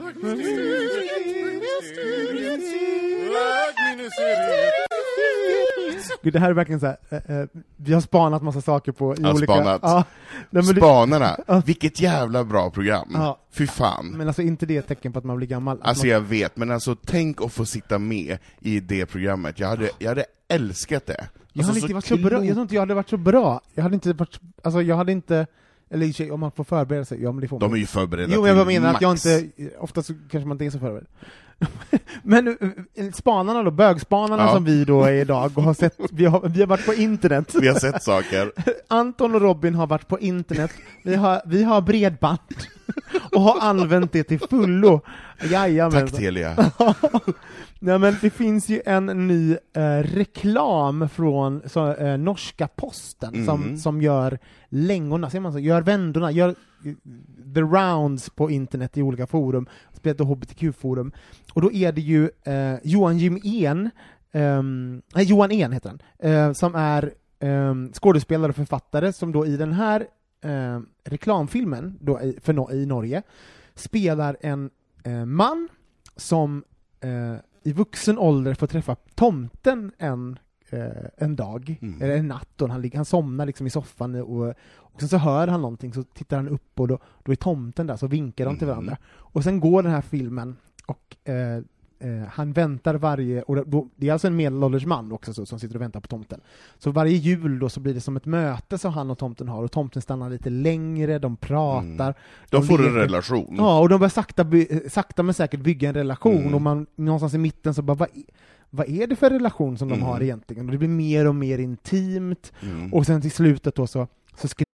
bögministeriet. Gud, det här är verkligen så här, eh, eh, vi har spanat massa saker på i Ja, olika... spanat. Ja, nej, men, det, Spanarna, Ja. vilket jävla bra program. Ja. Fy fan. men alltså inte det ett tecken på att man blir gammal. Att Alltså man, jag vet, men alltså tänk att få sitta med i det programmet. Jag hade, jag hade älskat det. jag, hade Alltså, inte varit så bra. Jag tror inte jag hade varit så bra. Jag hade inte varit... Alltså jag hade inte... Eller i och för sig, om man får förbereda sig, ja men det får man. De är ju förberedda Jo, men jag bara till menar att jag max. inte... Ofta så kanske man inte är så förberedd. Men eh, spanarna då, bögspanarna Ja. som vi då är idag och har sett, vi har, vi har varit på internet. Vi har sett saker. Anton och Robin har varit på internet, vi har, vi har bredband och har använt det till fullo. Jajamän. Tack Telia. Nej, men det finns ju en ny eh, reklam från så, eh, norska posten Mm. som, som gör längorna, ser man så, gör vändorna, gör eh, the rounds på internet i olika forum, spelat H B T Q-forum. Och då är det ju eh, Johan Jim En, eh, nej, Johan En heter han, eh, som är eh, skådespelare och författare som då i den här eh, reklamfilmen då i, för no- i Norge spelar en eh, man som eh, i vuxen ålder får träffa tomten en, eh, en dag, Mm. eller en natt, och han, ligger, han somnar liksom i soffan och, och sen så hör han någonting, så tittar han upp och då, då är tomten där, så vinkar de till Mm. varandra. Och sen går den här filmen och eh, eh, han väntar varje, och då, det är alltså en medelålders man också så, som sitter och väntar på tomten. Så varje jul då så blir det som ett möte som han och tomten har, och tomten stannar lite längre, de pratar. Mm. De får en leker. relation. Ja, och de börjar sakta, by, sakta men säkert bygga en relation, Mm. och man någonstans i mitten så bara, vad, vad är det för relation som de Mm. har egentligen? Och det blir mer och mer intimt, Mm. och sen till slutet då så, så ska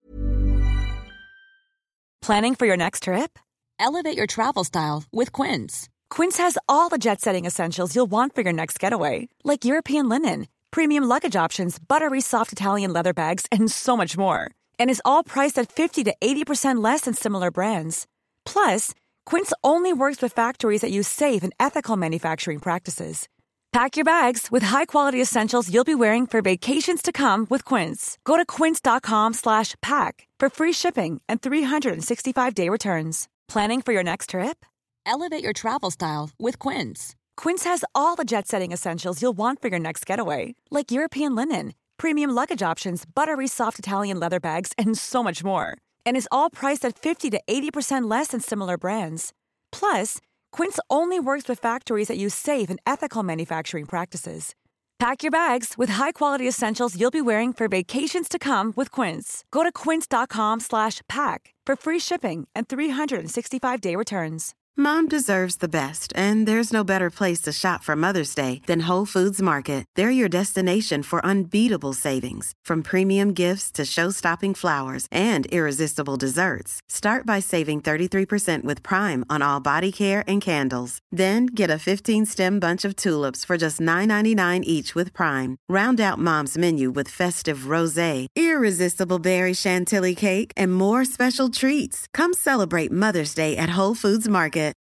Planning for your next trip? Elevate your travel style with Quince. Quince has all the jet-setting essentials you'll want for your next getaway, like European linen, premium luggage options, buttery soft Italian leather bags, and so much more. And is all priced at fifty to eighty percent less than similar brands. Plus, Quince only works with factories that use safe and ethical manufacturing practices. Pack your bags with high-quality essentials you'll be wearing for vacations to come with Quince. Go to quince.com slash pack for free shipping and three sixty-five day returns. Planning for your next trip? Elevate your travel style with Quince. Quince has all the jet-setting essentials you'll want for your next getaway, like European linen, premium luggage options, buttery soft Italian leather bags, and so much more. And is all priced at fifty to eighty percent less than similar brands. Plus, Quince only works with factories that use safe and ethical manufacturing practices. Pack your bags with high-quality essentials you'll be wearing for vacations to come with Quince. Go to quince.com slash pack for free shipping and three sixty-five day returns. Mom deserves the best, and there's no better place to shop for Mother's Day than Whole Foods Market. They're your destination for unbeatable savings, from premium gifts to show-stopping flowers and irresistible desserts. Start by saving thirty-three percent with Prime on all body care and candles. Then get a fifteen-stem bunch of tulips for just nine ninety-nine each with Prime. Round out Mom's menu with festive rosé, irresistible berry chantilly cake, and more special treats. Come celebrate Mother's Day at Whole Foods Market.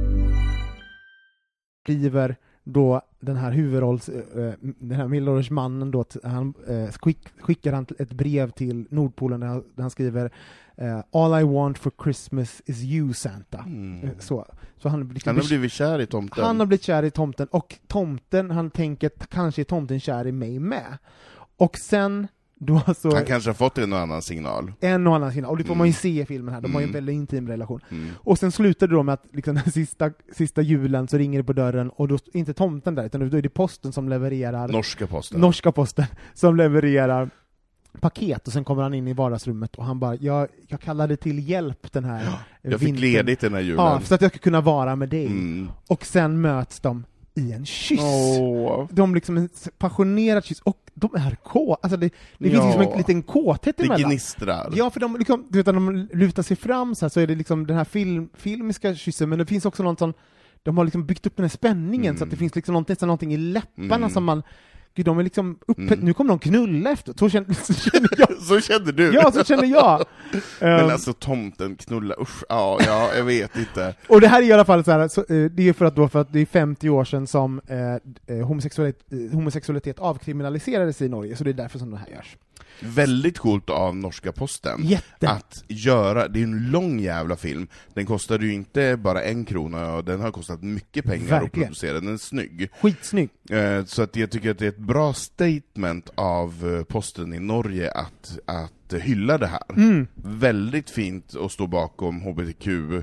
skriver då den här huvudrolls, äh, den här medelålders mannen då, t- han äh, skick, skickar han ett brev till Nordpolen där han, där han skriver äh, All I want for Christmas is you, Santa. Mm. Äh, så. Så han, liksom, Han har blivit kär i tomten. han har blivit kär i tomten, och tomten, han tänker att kanske är tomten kär i mig med. Och sen Då så, Han kanske har fått en och annan signal. En och annan signal, och det får Mm. man ju se i filmen här, de har ju en Mm. väldigt intim relation. Mm. Och sen slutar det då med att liksom, den sista, sista julen så ringer det på dörren, och då är inte tomten där, utan då är det posten som levererar, Norska posten. norska posten, som levererar paket, och sen kommer han in i vardagsrummet och han bara, jag, jag kallade till hjälp den här Jag fick vintern. ledigt den här julen. Ja, så att jag ska kunna vara med dig. Mm. Och sen möts de i en kyss. Åh. De liksom en passionerad kyss, och de är kå. Alltså det, det Ja. finns liksom en liten kåthet Det emellan. gnistrar. Ja, för de, liksom, du vet, när de lutar sig fram så här, så är det liksom den här film, filmiska kyssen, men det finns också något som, de har liksom byggt upp den här spänningen, Mm. så att det finns liksom någonting, så någonting i läpparna Mm. som man, gud, de är liksom uppe, Mm. nu kommer de knulla efter, så känner, så känner jag. Så kände du? Ja, så känner jag. Men Um, alltså tomten knulla, usch, ja, ja, jag vet inte. Och det här är i alla fall så här, så, eh, det är för att, då, för att det är femtio år sedan som eh, eh, homosexualitet, eh, homosexualitet avkriminaliserades i Norge, så det är därför som det här görs. Väldigt coolt av norska posten. Jätte. Att göra, det är en lång jävla film. Den kostade ju inte bara en krona, och den har kostat mycket pengar Verkligen. att producera. Den är snygg. Skitsnygg. Eh, Så att jag tycker att det är ett bra statement av eh, posten i Norge att, att eh, hylla det här. Mm. Väldigt fint att stå bakom H B T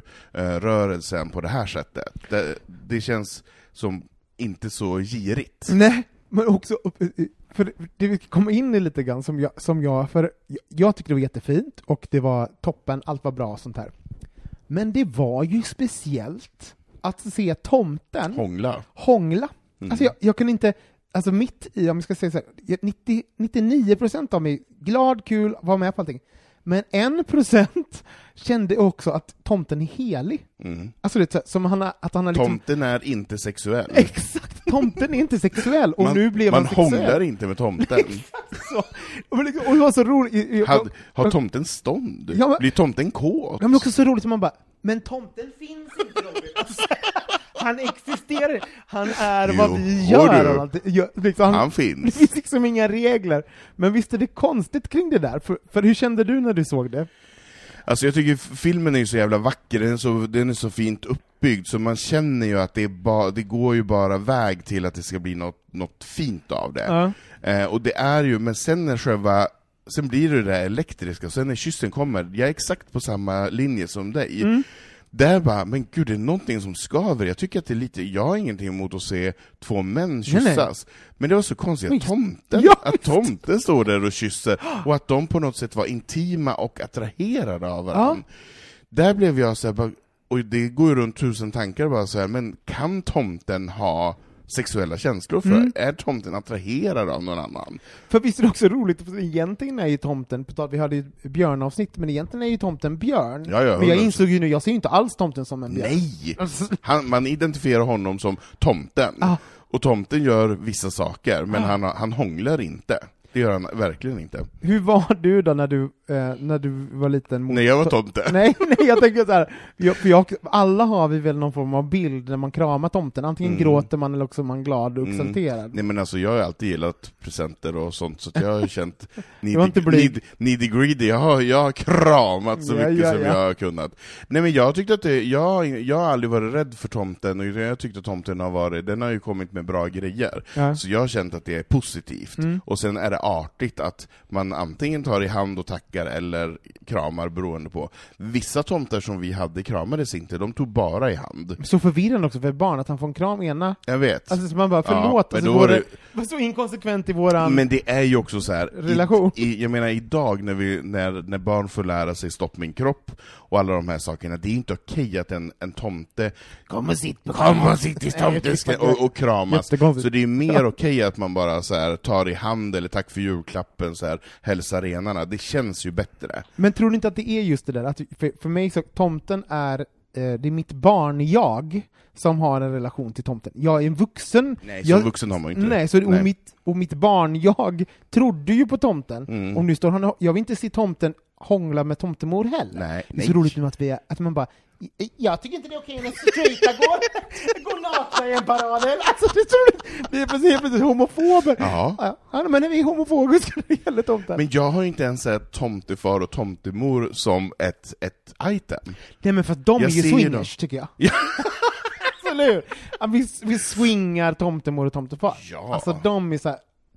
Q-rörelsen på det här sättet. Det, det känns som inte så girigt. Nej, men också, för det vi kommer in i lite grann som jag, som jag, för jag tycker det var jättefint, och det var toppen, allt var bra och sånt här. Men det var ju speciellt att se tomten Hångla. hångla. Mm. Alltså jag, jag kunde inte, alltså mitt i, om jag ska säga så här, nittio, nittionio procent av mig glad, kul, var med på allting. Men en procent kände också att tomten är helig. Mm. Alltså det är så här, som han har, att han har liksom... Tomten är inte sexuell. Exakt, tomten är inte sexuell, och man, nu blev man han sexuell. hånglar inte med tomten. Så, och, liksom, och det var så roligt. Had, har tomten stånd? Ja, men- Blir tomten kåt? Ja, men också så roligt som man bara, men tomten finns inte, Robin. Alltså, han existerar, han är Jo, vad vi har gör. du? Och allt. Ja, liksom, han, Han det finns. finns liksom inga regler. Men visst är det konstigt kring det där? För, för hur kände du när du såg det? Alltså jag tycker f- filmen är ju så jävla vacker, den är så, den är så fint uppbyggd, så man känner ju att det, är ba, det går ju bara väg till att det ska bli något, något fint av det. Ja. Eh, och det är ju, men sen när själva, sen blir det det där elektriska, sen när kyssen kommer, jag är exakt på samma linje som dig. Mm. Där bara, men gud, det är någonting som skaver. Jag tycker att det är lite, jag har ingenting emot att se två män kyssas. Nej, Men det var så konstigt Men att just- tomten, Ja, att tomten står där och kysser, och att de på något sätt var intima och attraherade av varandra. Där blev jag så här, bara, och det går ju runt tusen tankar bara så här, men kan tomten ha sexuella känslor för? Mm. Är tomten attraherad av någon annan? För visst är det också roligt, för egentligen är ju tomten, på tal- vi hade ju ett björnavsnitt, men egentligen är ju tomten björn. Ja, ja, men jag hundra insåg ju nu, jag ser ju inte alls tomten som en björn. Nej! Alltså, Han, man identifierar honom som tomten. Ah. Och tomten gör vissa saker, men Ah. han, han hånglar inte. Det gör han verkligen inte. hur var du då när du, eh, när du var liten? Mot När jag var tomte. Nej, nej, jag tänker så här. Jag, för jag, alla har vi väl någon form av bild när man kramar tomten. Antingen Mm. gråter man eller också är man glad och Mm. exalterad. Nej men alltså jag har alltid gillat presenter och sånt, så att jag har känt Du var inte needy, blyg. needy, needy greedy, jag har, jag har kramat så Ja, mycket ja, som ja. jag har kunnat. Nej men jag tyckte att det, jag, jag har aldrig varit rädd för tomten, och jag tyckte att tomten har varit, den har ju kommit med bra grejer. Ja. Så jag har känt att det är positivt. Mm. Och sen är det artigt att man antingen tar i hand och tackar eller kramar, beroende på. Vissa tomtar som vi hade kramades inte, de tog bara i hand. Så förvirrande också för ett barn att han får en kram ena. Jag vet. Alltså så man bara, förlåt, Ja, och men så då går var det, det- var så inkonsekvent i våran... Men det är ju också så här relation. I, i, jag menar idag när, vi, när, när barn får lära sig stopp min kropp och alla de här sakerna, det är inte okej att en, en tomte Kom och sitt på Kom och sitt i Nej, jag tomten tycker ska- och, och kramas. Jättekonstigt. Så det är mer okej att man bara så här tar i hand eller tack för julklappen, så här hälsar renarna. Det känns ju bättre. Men tror ni inte att det är just det där, att för, för mig så, tomten är, eh, det är mitt barn, jag, som har en relation till tomten. Jag är en vuxen. Nej, som jag, vuxen har man ju inte Nej, det. så, Nej. Och, mitt, och mitt barn, jag, trodde ju på tomten. Mm. Och nu står han, jag vill inte se tomten hångla med tomtemor heller. Nej, det är så nej. roligt nu att, vi är, att man bara, jag tycker inte det är okej när straighta går, går nakna i en parad. Alltså det är så roligt. Vi är precis, precis homofober. Jaha. Ja, ja, men när vi är homofobiska när det gäller tomten. Men jag har ju inte ens sett tomtefar och tomtemor som ett, ett item. Nej, men för att de Jag är ju ser swingers, dem. tycker jag. Ja. Eller hur? Ja, vi, vi swingar tomtemor och tomtefar. Ja. Alltså de är så här,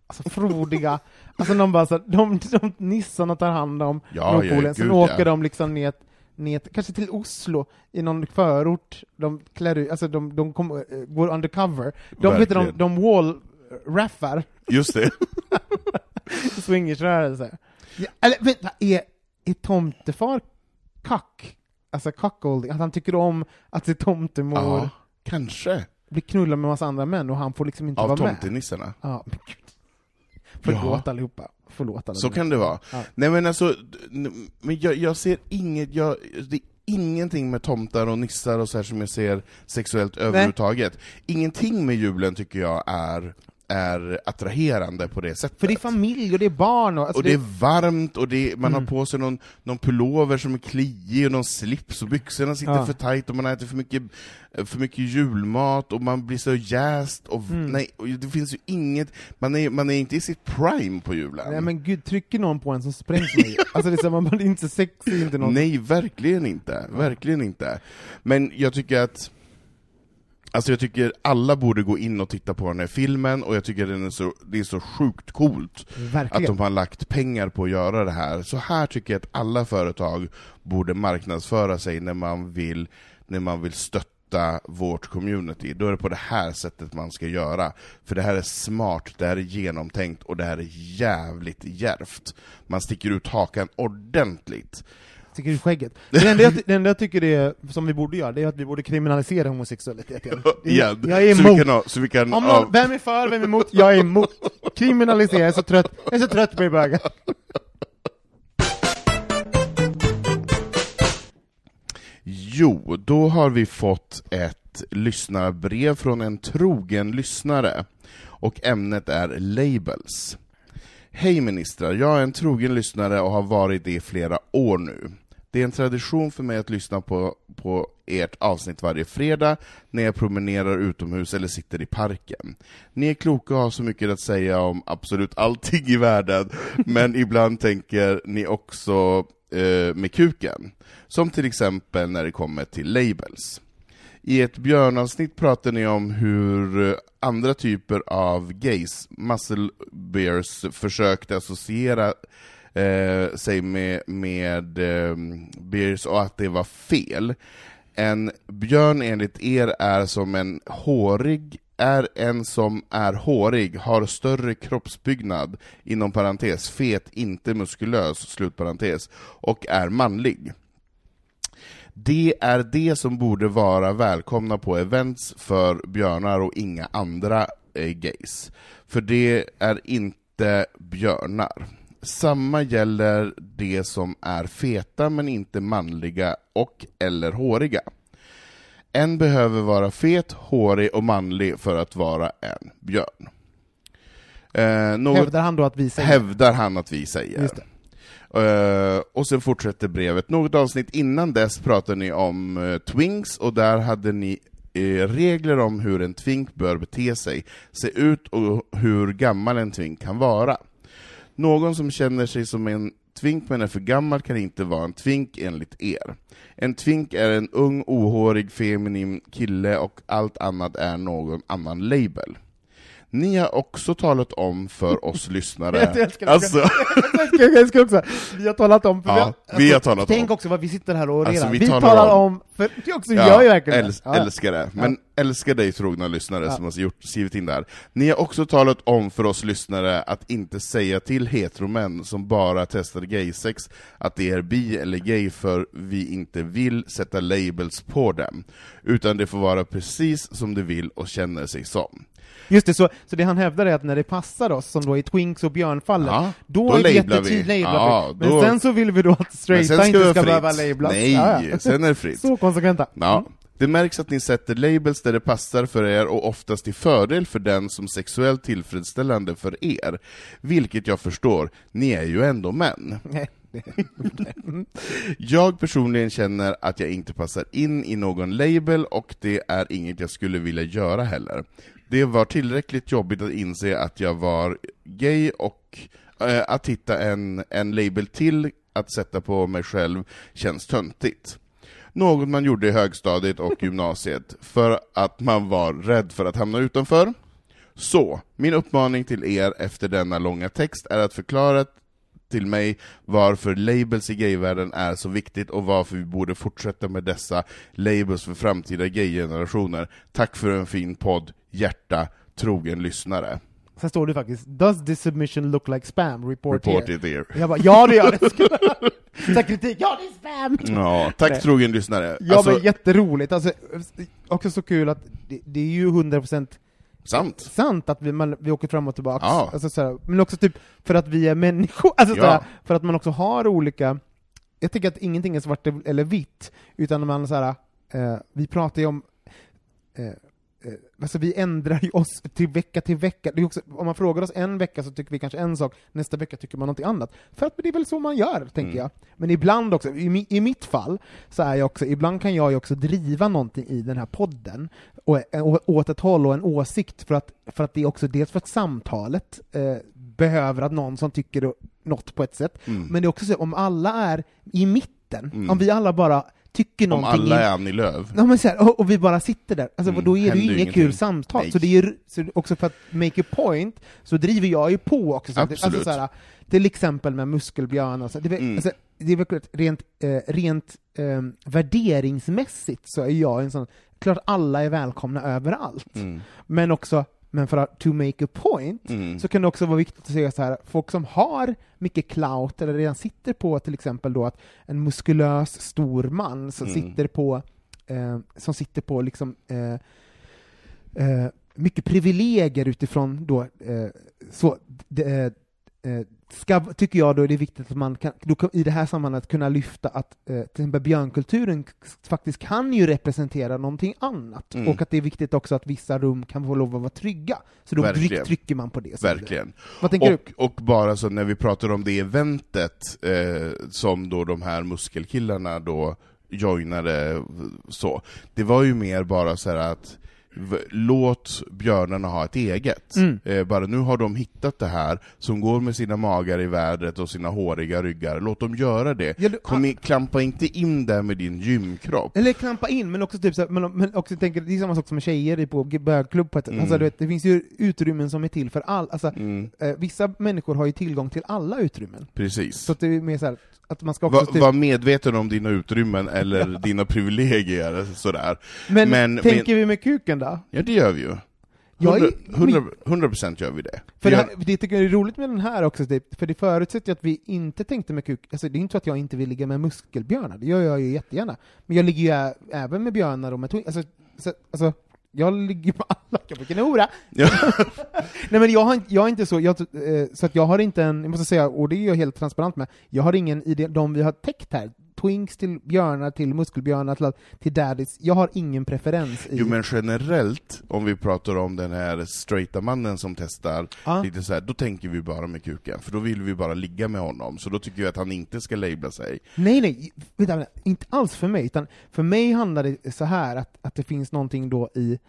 alltså frodiga, alltså de bara så, de, de nissarna tar hand om Ja, Nordpolen, ja, sen gud, åker ja. de liksom ner, ner, kanske till Oslo, i någon förort, de klär ut, alltså de, de kom, går undercover, de vet de, Verkligen. de wall-raffar, Just det. swingersrörelse. Ja, eller vet du, är, är tomtefar kack? Alltså cuckolding, att han tycker om att det är tomtemor Ja, kanske. blir knullad med massa andra män och han får liksom inte Av vara med. tomtenissarna. Ja, men gud. Förlåt Ja. allihopa. Förlåt alla. Så kan det vara. Ja. Nej men alltså, n- men jag, jag ser inget, jag, det är ingenting med tomtar och nissar och så här som jag ser sexuellt överhuvudtaget. Ingenting med julen tycker jag är, är attraherande på det sättet. För det är familj och det är barn. Och, alltså och det är varmt, och det är, man Mm. har på sig någon, någon pullover som är kliig, och någon slips, och byxorna sitter Ja. för tajt, och man äter för mycket, för mycket julmat, och man blir så jäst, och Mm. nej, och det finns ju inget, man är, man är inte i sitt prime på julen. Nej men gud, trycker någon på en som sprängs med. Alltså det är så, man blir inte sexig, inte någon. Nej, verkligen inte. Verkligen inte. Men jag tycker att Alltså jag tycker alla borde gå in och titta på den här filmen, och jag tycker den är så, det är så sjukt coolt Verkligen. att de har lagt pengar på att göra det här. Så här tycker jag att alla företag borde marknadsföra sig när man vill, när man vill stötta vårt community. Då är det på det här sättet man ska göra. För det här är smart, det här är genomtänkt, och det här är jävligt djärvt. Man sticker ut hakan ordentligt. Sticker i skägget. Det enda, jag, det enda jag tycker det är, som vi borde göra, det är att vi borde kriminalisera homosexualitet igen. Igen. Jag är så vi emot. kan, ha- så vi kan Om ja, någon, vem är för, vem är emot? Jag är emot. Kriminalisera, jag är så trött. Jag är så trött på det bögar. Jo, då har vi fått ett lyssnarbrev från en trogen lyssnare, och ämnet är labels. Hej ministrar, jag är en trogen lyssnare och har varit det i flera år nu. Det är en tradition för mig att lyssna på, på ert avsnitt varje fredag när jag promenerar utomhus eller sitter i parken. Ni är kloka och har så mycket att säga om absolut allting i världen, men ibland tänker ni också eh, med kuken. Som till exempel när det kommer till labels. I ett björnavsnitt pratar ni om hur andra typer av gays, muscle bears, försökte associera eh, sig med, med eh, bears, och att det var fel. En björn enligt er är som en hårig, är en som är hårig, har större kroppsbyggnad, inom parentes, fet, inte muskulös, slutparentes, och är manlig. Det är det som borde vara välkomna på events för björnar och inga andra eh, gays. För det är inte björnar. Samma gäller det som är feta men inte manliga och eller håriga. En behöver vara fet, hårig och manlig för att vara en björn. Eh, något Hävdar han då att vi säger? hävdar han att vi säger. Just det. Uh, och sen fortsätter brevet. Något avsnitt innan dess pratade ni om uh, twinks, och där hade ni uh, regler om hur en twink bör bete sig, se ut och hur gammal en twink kan vara. Någon som känner sig som en twink men är för gammal kan inte vara en twink enligt er. En twink är en ung, ohårig, feminin kille, och allt annat är någon annan label. Ni har också talat om för oss lyssnare. Jag älskar det. Alltså, Jag ska, jag ska också. Vi har talat om... För Ja, vi har, alltså, vi har talat tänk om. också vad vi sitter här och Alltså, redan. vi vi talar talar om- om... För det också gör ju verkligen äls- det. Ja. älskar det. Men älskar dig, trogna lyssnare, Ja. som har gjort, skrivit in där. Ni har också talat om för oss lyssnare att inte säga till heteromän som bara testar gaysex att det är bi eller gay, för vi inte vill sätta labels på dem. Utan det får vara precis som de vill och känner sig som. Just det, så, så det han hävdar är att när det passar oss, som då i Twinks och Björnfallet, Ja, då, då är det lablar vi. jättetydligt lablar Ja, vi. Men då- sen så vill vi då att Men straighta sen inte det ska vara behöva fritt. lablas. Nej, Ja, ja. sen är det fritt. Så konsekventa. Ja. Det märks att ni sätter labels där det passar för er, och oftast till fördel för den som sexuellt tillfredsställande för er. Vilket jag förstår, ni är ju ändå män. Nej. Jag personligen känner att jag inte passar in i någon label, och det är inget jag skulle vilja göra heller. Det var tillräckligt jobbigt att inse att jag var gay, och äh, att hitta en, en label till att sätta på mig själv känns töntigt. Något man gjorde i högstadiet och gymnasiet för att man var rädd för att hamna utanför. Så, min uppmaning till er efter denna långa text är att förklara till mig varför labels i gayvärlden är så viktigt och varför vi borde fortsätta med dessa labels för framtida gaygenerationer. Tack för en fin podd, hjärta, trogen lyssnare. Sen står det faktiskt, does this submission look like spam? Report, Report here. it here. Jag bara, ja det gör det. Så kritik, ja det är spam! Ja, tack Nej. trogen lyssnare. Ja Alltså, men jätteroligt, alltså, också så kul att det, det är ju hundra procent sant. sant att vi, man, vi åker fram och tillbaka. Ja. Alltså, såhär, men också typ för att vi är människor, alltså, Ja. såhär, för att man också har olika, jag tycker att ingenting är svart eller vitt, utan man såhär, eh, vi pratar ju om eh, alltså vi ändrar ju oss till vecka till vecka. Det är också, om man frågar oss en vecka så tycker vi kanske en sak, nästa vecka tycker man någonting annat. För att det är väl så man gör, tänker mm. jag. Men ibland också, i, i mitt fall, så är jag också, ibland kan jag ju också driva någonting i den här podden och, och, åt ett håll och en åsikt för att, för att det är också dels för att samtalet eh, behöver att någon som tycker något på ett sätt. Mm. Men det är också så, om alla är i mitten, mm. om vi alla bara tycker om någonting... alla är Annie Lööf. Ja, men så här, och, och vi bara sitter där. Alltså, Mm, då är det ju händer inget ingenting. kul samtal. Nej. Så det är ju, så också för att make a point, så driver jag ju på också. Så Absolut. alltså, så här, till exempel med muskelbjörn. Alltså, det, är, Mm. alltså, det är väl rent, eh, rent eh, värderingsmässigt så är jag en sån... Klart alla är välkomna överallt. Mm. Men också... Men för att to make a point Mm. så kan det också vara viktigt att säga så här, folk som har mycket clout eller redan sitter på till exempel då att en muskulös stor man som Mm. sitter på eh, som sitter på liksom eh, eh, mycket privilegier utifrån då eh, så det, eh, ska, tycker jag då är det viktigt att man kan, då, i det här sammanhanget kunna lyfta att eh, till exempel björnkulturen faktiskt kan ju representera någonting annat. Mm. Och att det är viktigt också att vissa rum kan få lov att vara trygga. Så då Verkligen. tryck, trycker man på det. Verkligen. Vad tänker Och, och bara så när vi pratar om det eventet eh, som då de här muskelkillarna då joinade så, det var ju mer bara så här att v- låt björnarna ha ett eget. Mm. Eh, bara nu har de hittat det här som går med sina magar i vädret och sina håriga ryggar. Låt dem göra det. Ja, du- Kom i, klampa inte in där med din gymkropp. Eller klampa in, men också typ så här, men, men också tänker det är samma sak som med tjejer på bögklubb på ett, Mm. alltså, du vet, det finns ju utrymmen som är till för all, alltså, Mm. eh, vissa människor har ju tillgång till alla utrymmen. Precis. Så att det är mer så här, att man ska också Va, typ, var medveten om dina utrymmen eller dina privilegier sådär. men, men- tänker vi med kuken då? Ja, det gör vi ju. Jag är- hundra procent gör vi det. För Vi det, har- här, det tycker jag är roligt med den här också, det, för det förutsätter ju att vi inte tänkte med kuk, alltså det är inte så att jag inte vill ligga med muskelbjörnar, det gör jag ju jättegärna. Men jag ligger ju ä, även med björnar och med twin, alltså, så, alltså jag ligger på alla, jag vilken hora! Ja. Nej men jag har, inte- jag är inte så, jag, eh, så att jag har inte en, jag måste säga, och det är jag helt transparent med, jag har ingen i det, de vi har täckt här, twinks till björnar, till muskelbjörnar, till, till daddies, jag har ingen preferens i... Jo, men generellt, om vi pratar om den här straighta mannen som testar, Ja. lite så här, då tänker vi bara med kuken, för då vill vi bara ligga med honom, så då tycker vi att han inte ska labla sig. Nej, nej, vänta, vänta, inte alls för mig, utan för mig handlar det så här att, att det finns någonting då i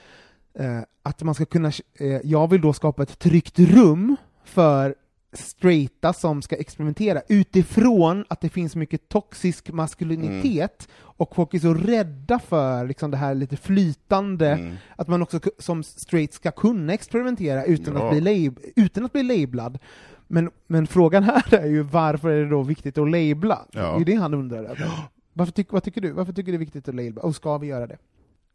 eh, att man ska kunna, eh, jag vill då skapa ett tryggt rum för straighta som ska experimentera utifrån att det finns mycket toxisk maskulinitet och folk är så rädda för liksom det här lite flytande, Mm. att man också ku- som straight ska kunna experimentera utan, Ja. att, bli lab- utan att bli lablad. Men, men frågan här är ju varför är det då viktigt att labla? Ja. Det är det han undrar över. Varför tyck, vad tycker du? Varför tycker du det är viktigt att labla? Och ska vi göra det?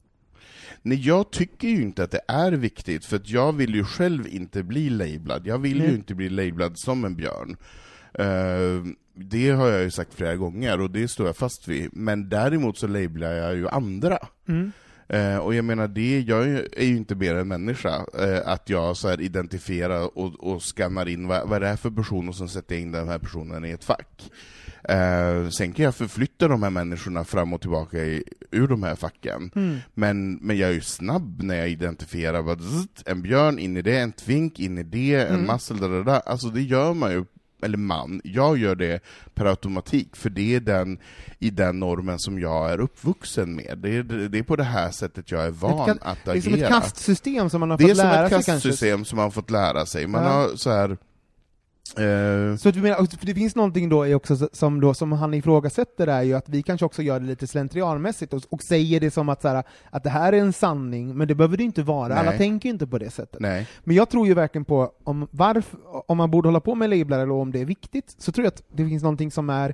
Nej, jag tycker ju inte att det är viktigt, för att jag vill ju själv inte bli lablad. Jag vill Nej. ju inte bli lablad som en björn. Uh, det har jag ju sagt flera gånger, och det står jag fast vid. Men däremot så lablar jag ju andra. Mm. Eh, och jag menar, det, jag är ju inte mer än människa, eh, att jag så här identifierar och, och skannar in vad, vad är det här för person, och sen sätter jag in den här personen i ett fack. Eh, sen kan jag förflytta de här människorna fram och tillbaka i, ur de här facken. Mm. Men, men jag är ju snabb när jag identifierar vad, zzzt, en björn in i det, en twink in i det, en Mm. muscle, där, där, där. Alltså det gör man ju, eller man, jag gör det per automatik, för det är den i den normen som jag är uppvuxen med. Det är, det är på det här sättet jag är van Ett ka- att Det är agera. som ett kastsystem som man har Det är fått som lära ett sig kanske. kastsystem som man har fått lära sig. Man Ja. har så här, Eh, Så att vi menar, för det finns någonting då är också som, då, som han ifrågasätter är ju att vi kanske också gör det lite slentrianmässigt och, och säger det som att, så här, att det här är en sanning, men det behöver det inte vara. Nej. Alla tänker ju inte på det sättet. nej. Men jag tror ju verkligen på om, varför, om man borde hålla på med lablar eller om det är viktigt, så tror jag att det finns någonting som är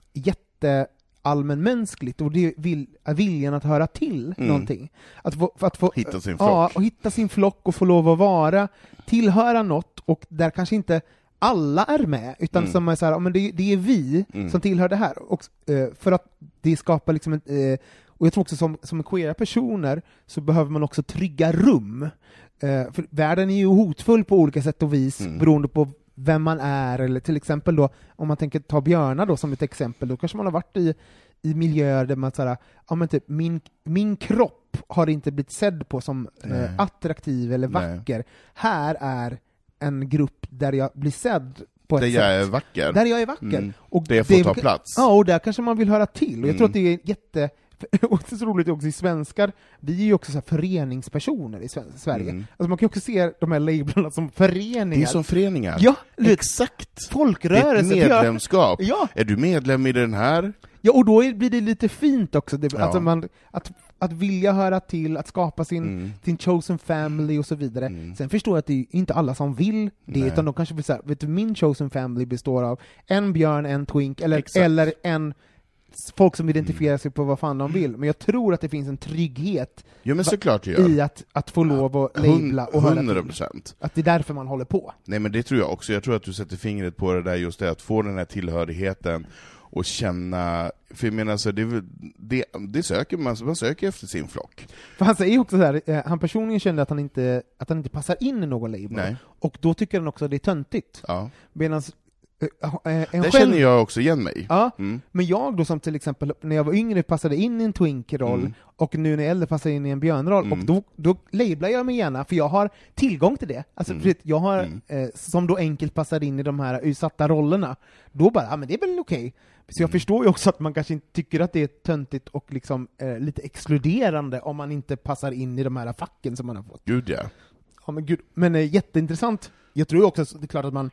jätteallmänmänskligt, och det är vil, är viljan att höra till Mm. någonting. Att få, för att få, Hitta sin flock. Ja, och hitta sin flock och få lov att vara, tillhöra något, och där kanske inte alla är med, utan Mm. som är så här, ja, men det, det är vi Mm. som tillhör det här. Och, eh, för att det skapar liksom en, eh, och jag tror också som, som queera personer så behöver man också trygga rum. Eh, för världen är ju hotfull på olika sätt och vis, Mm. beroende på vem man är, eller till exempel då, om man tänker ta björnar då som ett exempel, då kanske man har varit i, i miljöer där man säger, ja men typ, min, min kropp har inte blivit sedd på som Nej. eh, attraktiv eller Nej. vacker. Här är en grupp där jag blir sedd på ett Där sätt. jag är vacker. Där jag är vacker. Mm. Och Där jag får ta plats. Ja, och där kanske man vill höra till. Och jag Mm. tror att det är jätte... Och det är så roligt också i svenskar, vi är ju också så här föreningspersoner i Sven- Sverige. Mm. Alltså man kan ju också se de här lablarna som föreningar. Det är som föreningar. Ja, det- Exakt. Ett folkrörelse. medlemskap. Ja. Är du medlem i den här? Ja, och då är, blir det lite fint också. Det, Ja. alltså man, att, att vilja höra till, att skapa sin, Mm. sin chosen family och så vidare. Mm. Sen förstår jag att det är inte alla som vill det, Nej. utan de kanske vill säga, vet du, min chosen family består av en björn, en twink, eller, Exakt. eller en folk som identifierar sig på vad fan de vill. Men jag tror att det finns en trygghet Jo men såklart det gör. i att, att få lov att labla och höra hundra till. procent. Att det är därför man håller på. Nej men det tror jag också. Jag tror att du sätter fingret på det där, just det, att få den här tillhörigheten och känna, för jag menar så det, är väl- det, det söker man, man söker efter sin flock. För han säger också så här, eh, han personligen kände att han inte, att han inte passar in i någon label. Nej. Och då tycker han också att det är töntigt. Ja. Medan eh, eh, en Där själv, känner jag också igen mig. Ja, Mm. men jag då som till exempel när jag var yngre passade in i en twink-roll, Mm. och nu när jag är äldre passar in i en björnroll, Mm. och då, då lablar jag mig gärna, för jag har tillgång till det. Alltså, Mm. för att jag har, Mm. eh, som då enkelt passar in i de här utsatta rollerna, då bara, ja men det är väl okej. Så jag Mm. förstår ju också att man kanske inte tycker att det är töntigt och liksom eh, lite exkluderande om man inte passar in i de här facken som man har fått. Gud ja. Ja, men gud, men eh, jätteintressant. Jag tror ju också att det är klart att man,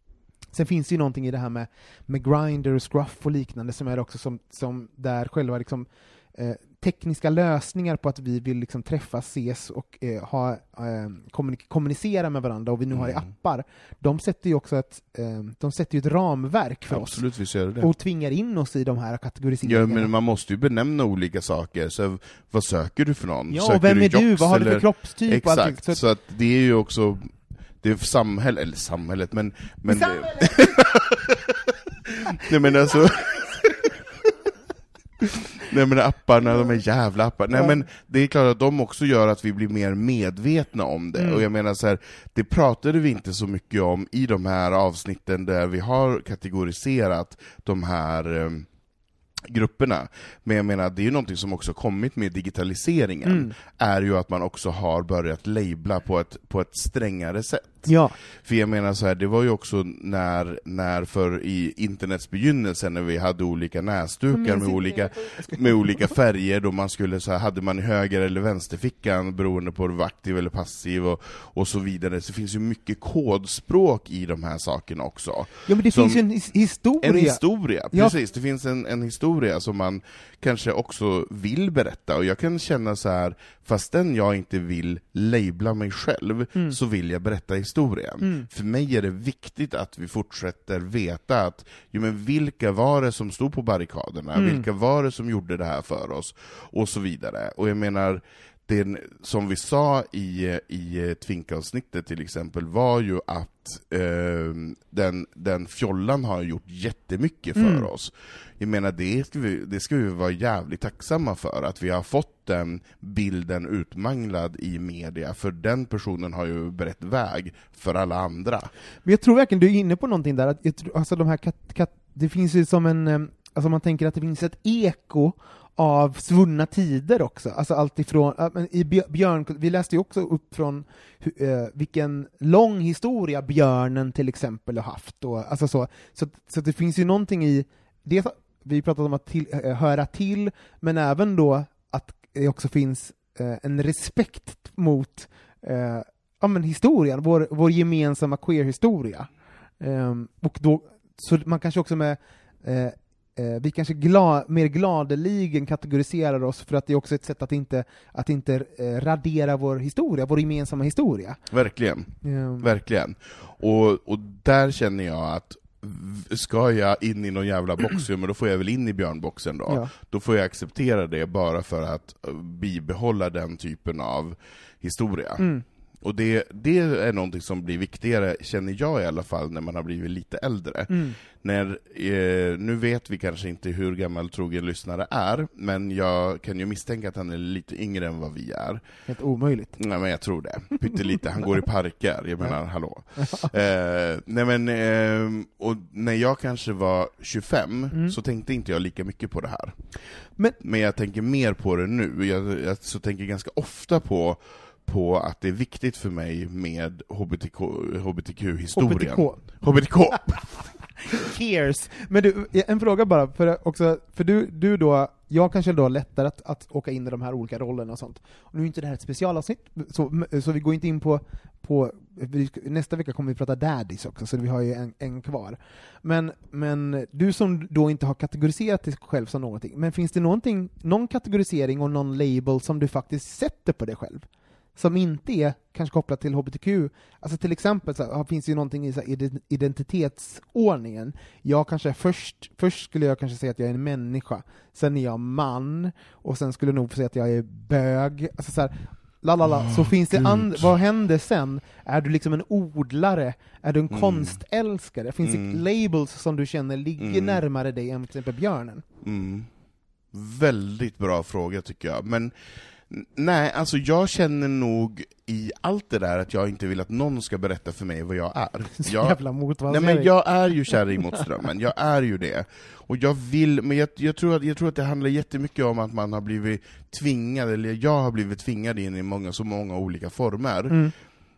sen finns det ju någonting i det här med, med Grindr och Scruff och liknande som är också som, som där själva liksom, eh, tekniska lösningar på att vi vill liksom träffas, ses och eh, ha, eh, kommunik- kommunicera med varandra, och vi nu har i Mm. appar, de sätter ju också ett, eh, de sätter ju ett ramverk för Absolut, vi ser det. oss och tvingar in oss i de här kategoriseringarna. Ja, men man måste ju benämna olika saker, så vad söker du för någon? Ja, söker och vem du är du? jocks Vad har du för eller- kroppstyp? och allting? Exakt, Så så, att- att det är ju också, det är samhället, eller samhället, men... men Samhället! Nej men alltså... Nej men apparna, de är jävla appar. Nej Ja. men det är klart att de också gör att vi blir mer medvetna om det. Mm. Och jag menar så här, det pratade vi inte så mycket om i de här avsnitten där vi har kategoriserat de här eh, grupperna. Men jag menar, det är ju någonting som också kommit med digitaliseringen, Mm. är ju att man också har börjat labla på ett, på ett strängare sätt. Ja. För jag menar så här, det var ju också när, när för i internets begynnelse, när vi hade olika näsdukar med olika, med olika färger, då man skulle så här, hade man höger eller vänsterfickan beroende på om du var aktiv eller passiv och, och så vidare. Så det finns ju mycket kodspråk i de här sakerna också. Ja, men det Som- finns ju en his- historia. En historia, Ja. precis. Det finns en, en historia som man kanske också vill berätta, och jag kan känna så här, fastän jag inte vill labla mig själv, Mm. så vill jag berätta historien. Mm. För mig är det viktigt att vi fortsätter veta att, jo men vilka var det som stod på barrikaderna, Mm. vilka var det som gjorde det här för oss, och så vidare. Och jag menar, det, som vi sa i, i Twink-avsnittet till exempel, var ju att eh, den, den fjollan har gjort jättemycket för Mm. oss. Jag menar, det ska, vi, det ska vi vara jävligt tacksamma för, att vi har fått den bilden utmanglad i media, för den personen har ju berett väg för alla andra. Men jag tror verkligen du är inne på någonting där, att jag tror, alltså de här kat, kat, det finns ju som en, eh, alltså man tänker att det finns ett eko av svunna tider också, alltså allt ifrån, ja, men i Björ- Björn, vi läste ju också upp från hu- eh, vilken lång historia björnen till exempel har haft, och, alltså så, så, så det finns ju någonting i det, vi pratade om att till, eh, höra till, men även då att det också finns eh, en respekt mot eh, ja, men historien, vår, vår gemensamma queer-historia. Um, och då, så man kanske också med eh, eh, vi kanske glad, mer gladeligen kategoriserar oss för att det är också ett sätt att inte, att inte eh, radera vår historia, vår gemensamma historia. Verkligen, Um, verkligen. Och, och där känner jag att ska jag in i någon jävla box, men då får jag väl in i björnboxen då. Ja. Då får jag acceptera det bara för att bibehålla den typen av historia. Mm. Och det, det är någonting som blir viktigare, känner jag i alla fall, när man har blivit lite äldre. Mm. När, eh, nu vet vi kanske inte hur gammal trogen lyssnare är, men jag kan ju misstänka att han är lite yngre än vad vi är. Helt omöjligt. Nej, men jag tror det. Pyttelite. Han går i parker. Jag menar, hallå. Eh, nej men, eh, och när jag kanske var tjugofem Mm. så tänkte inte jag lika mycket på det här. Men, Men jag tänker mer på det nu. Jag, jag så tänker ganska ofta på på att det är viktigt för mig med H B T Q, H B T Q-historien. H B T K. H B T K. Cares. Men du, en fråga bara, för, också, för du, du då, jag kanske då lättare att, att åka in i de här olika rollerna och sånt. Och nu är inte det här ett specialavsnitt, så, så vi går inte in på, på nästa vecka kommer vi prata daddies också, så vi har ju en, en kvar. Men, men du som då inte har kategoriserat dig själv som någonting, men finns det någonting, någon kategorisering och någon label som du faktiskt sätter på dig själv? Som inte är kanske kopplat till H B T Q. Alltså till exempel så här, finns det ju någonting i så här, identitetsordningen. Jag kanske först, först skulle jag kanske säga att jag är en människa. Sen är jag man. Och sen skulle jag nog få säga att jag är bög. Alltså så här, lalala. Oh, så finns det and- vad händer sen? Är du liksom en odlare? Är du en mm. konstälskare? Finns mm. det labels som du känner ligger mm. närmare dig än till exempel björnen? Mm. Väldigt bra fråga tycker jag. Men nej, alltså jag känner nog i allt det där att jag inte vill att någon ska berätta för mig vad jag är. Jag, jävla nej, men jag är ju kärring mot strömmen, jag är ju det. Och jag vill, men jag, jag, tror att, jag tror att det handlar jättemycket om att man har blivit tvingad, eller jag har blivit tvingad in i många, så många olika former. Mm.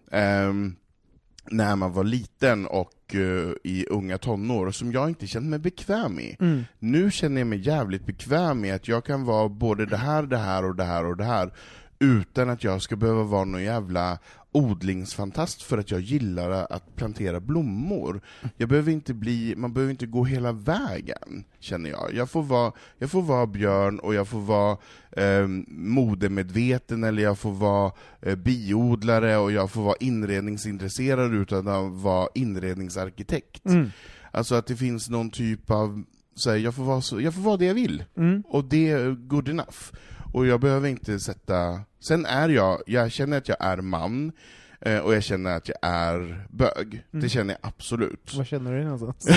Um, när man var liten och uh, i unga tonår, som jag inte kände mig bekväm i. Mm. Nu känner jag mig jävligt bekväm i att jag kan vara både det här, det här och det här och det här, utan att jag ska behöva vara någon jävla odlingsfantast för att jag gillar att plantera blommor. Jag behöver inte bli, man behöver inte gå hela vägen, känner jag. Jag får vara, jag får vara björn och jag får vara eh, modemedveten, eller jag får vara eh, biodlare och jag får vara inredningsintresserad utan att vara inredningsarkitekt. Mm. Alltså att det finns någon typ av, så här, jag får vara så, jag får vara det jag vill. Mm. Och det är good enough. Och jag behöver inte sätta... Sen är jag, jag känner att jag är man, eh, och jag känner att jag är bög. Mm. Det känner jag absolut. Vad känner du någonstans?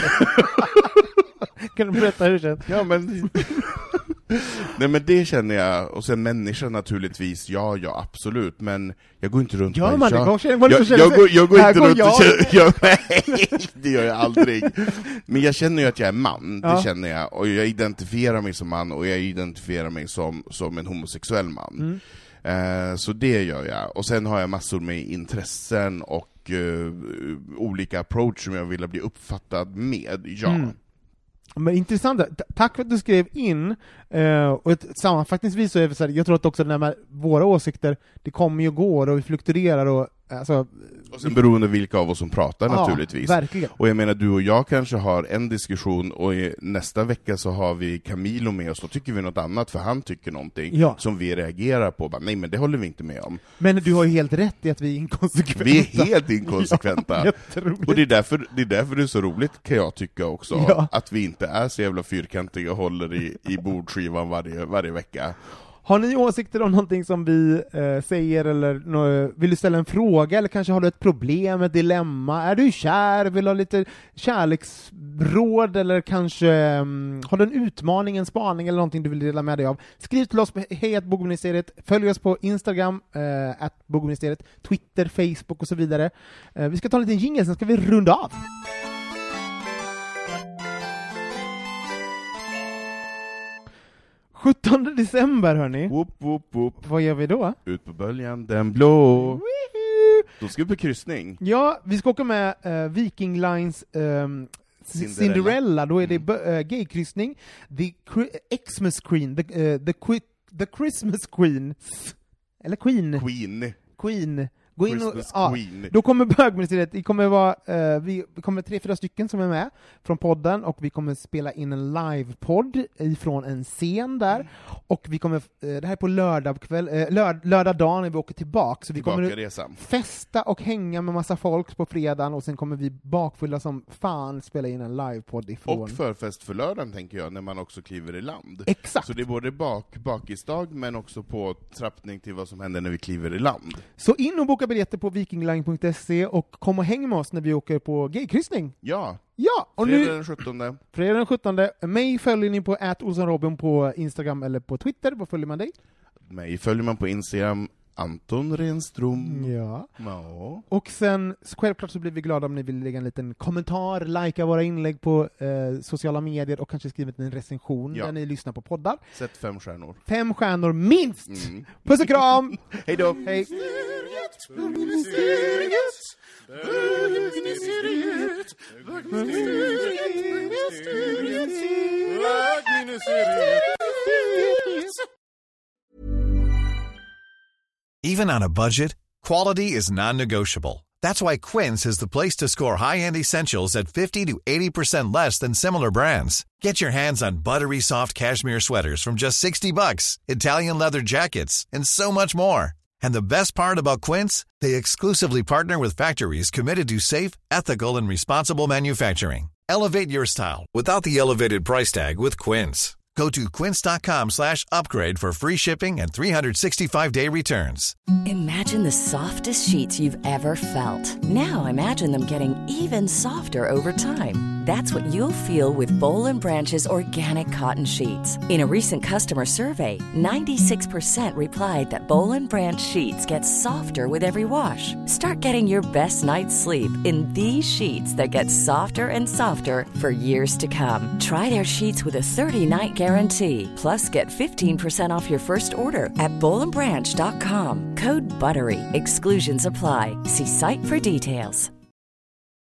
Kan du berätta hur det känns? Ja, men... Nej, men det känner jag. Och sen människa naturligtvis, ja, ja, absolut. Men jag går inte runt ja, och man, jag, jag, jag, jag, jag, går, jag går här inte går runt jag. och känner, jag, nej, det gör jag aldrig. Men jag känner ju att jag är man, det ja. känner jag. Och jag identifierar mig som man, och jag identifierar mig som, som en homosexuell man. Mm. Uh, så det gör jag. Och sen har jag massor med intressen och uh, olika approach som jag vill bli uppfattad med, ja. Mm. Men intressant, tack för att du skrev in, uh, och ett, sammanfattningsvis så är det så här, jag tror att också när man, våra åsikter, det kommer ju och går och vi fluktuerar och alltså, och sen beroende vilka av oss som pratar, ja, naturligtvis. Verkligen. Och jag menar, du och jag kanske har en diskussion och i nästa vecka så har vi Camilo med oss, då tycker vi något annat för han tycker någonting ja. som vi reagerar på. Bara, nej, men det håller vi inte med om. Men du har ju helt rätt i att vi är inkonsekventa. Vi är helt inkonsekventa. Ja, och det är, därför, det är därför det är så roligt, kan jag tycka också, ja. att vi inte är så jävla fyrkantiga och håller i, i bordskivan varje, varje vecka. Har ni åsikter om någonting som vi eh, säger, eller nå, vill du ställa en fråga, eller kanske har du ett problem, ett dilemma, är du kär, vill du ha lite kärleksråd, eller kanske um, har du en utmaning, en spaning eller någonting du vill dela med dig av, skriv till oss på hej at bogministeriet, följ oss på Instagram eh, at bogministeriet, Twitter, Facebook och så vidare. Eh, vi ska ta en liten jingle, sen ska vi runda av. sjuttonde december, hörni. Whoop, whoop, whoop. Vad gör vi då? Ut på böljan, den blå. Woohoo! Då ska vi på kryssning. Ja, vi ska åka med uh, Viking Lines um, Cinderella. Cinderella. Då är det mm. uh, gaykryssning. The Xmas Queen. The, uh, the, qui- the Christmas Queen. Eller Queen. Queen. Queen Gå in och, Christmas ja, Queen. då kommer bögministeriet, det kommer vara, eh, vi vi kommer tre, fyra stycken som är med från podden, och vi kommer spela in en livepodd ifrån en scen där, och vi kommer, eh, det här är på lördag kväll, eh, lörd, lördag dag när vi åker tillbaka, så vi kommer Tillbaka-resan. festa och hänga med massa folk på fredagen, och sen kommer vi bakfulla som fan spela in en livepodd ifrån. Och förfest för lördagen, tänker jag, när man också kliver i land. Exakt. Så det är både bak, bakisdag, men också på trappning till vad som händer när vi kliver i land. Så in och boka biljetter på vikingline punkt se och kom och häng med oss när vi åker på gaykryssning. Ja, Ja, och fredag nu den sjuttonde. fredag den sjuttonde. Mig följer ni på at olsonrobin på Instagram eller på Twitter. Vad följer man dig? Mig följer man på Instagram, Anton Renström. Ja. Ja. Och sen, så självklart så blir vi glada om ni vill lägga en liten kommentar, likea våra inlägg på eh, sociala medier och kanske skriva en recension Ja. när ni lyssnar på poddar. Sätt fem stjärnor. Fem stjärnor minst! Mm. Puss och kram! Hej då! Hej! Even on a budget, quality is non-negotiable. That's why Quince is the place to score high-end essentials at fifty to eighty percent less than similar brands. Get your hands on buttery soft cashmere sweaters from just sixty bucks, Italian leather jackets, and so much more. And the best part about Quince, they exclusively partner with factories committed to safe, ethical, and responsible manufacturing. Elevate your style without the elevated price tag with Quince. Go to quince.com slash upgrade for free shipping and three sixty-five day returns. Imagine the softest sheets you've ever felt. Now imagine them getting even softer over time. That's what you'll feel with Boll and Branch's organic cotton sheets. In a recent customer survey, ninety-six percent replied that Boll and Branch sheets get softer with every wash. Start getting your best night's sleep in these sheets that get softer and softer for years to come. Try their sheets with a thirty-night guarantee. Plus, get fifteen percent off your first order at boll and branch dot com. Code BUTTERY. Exclusions apply. See site for details.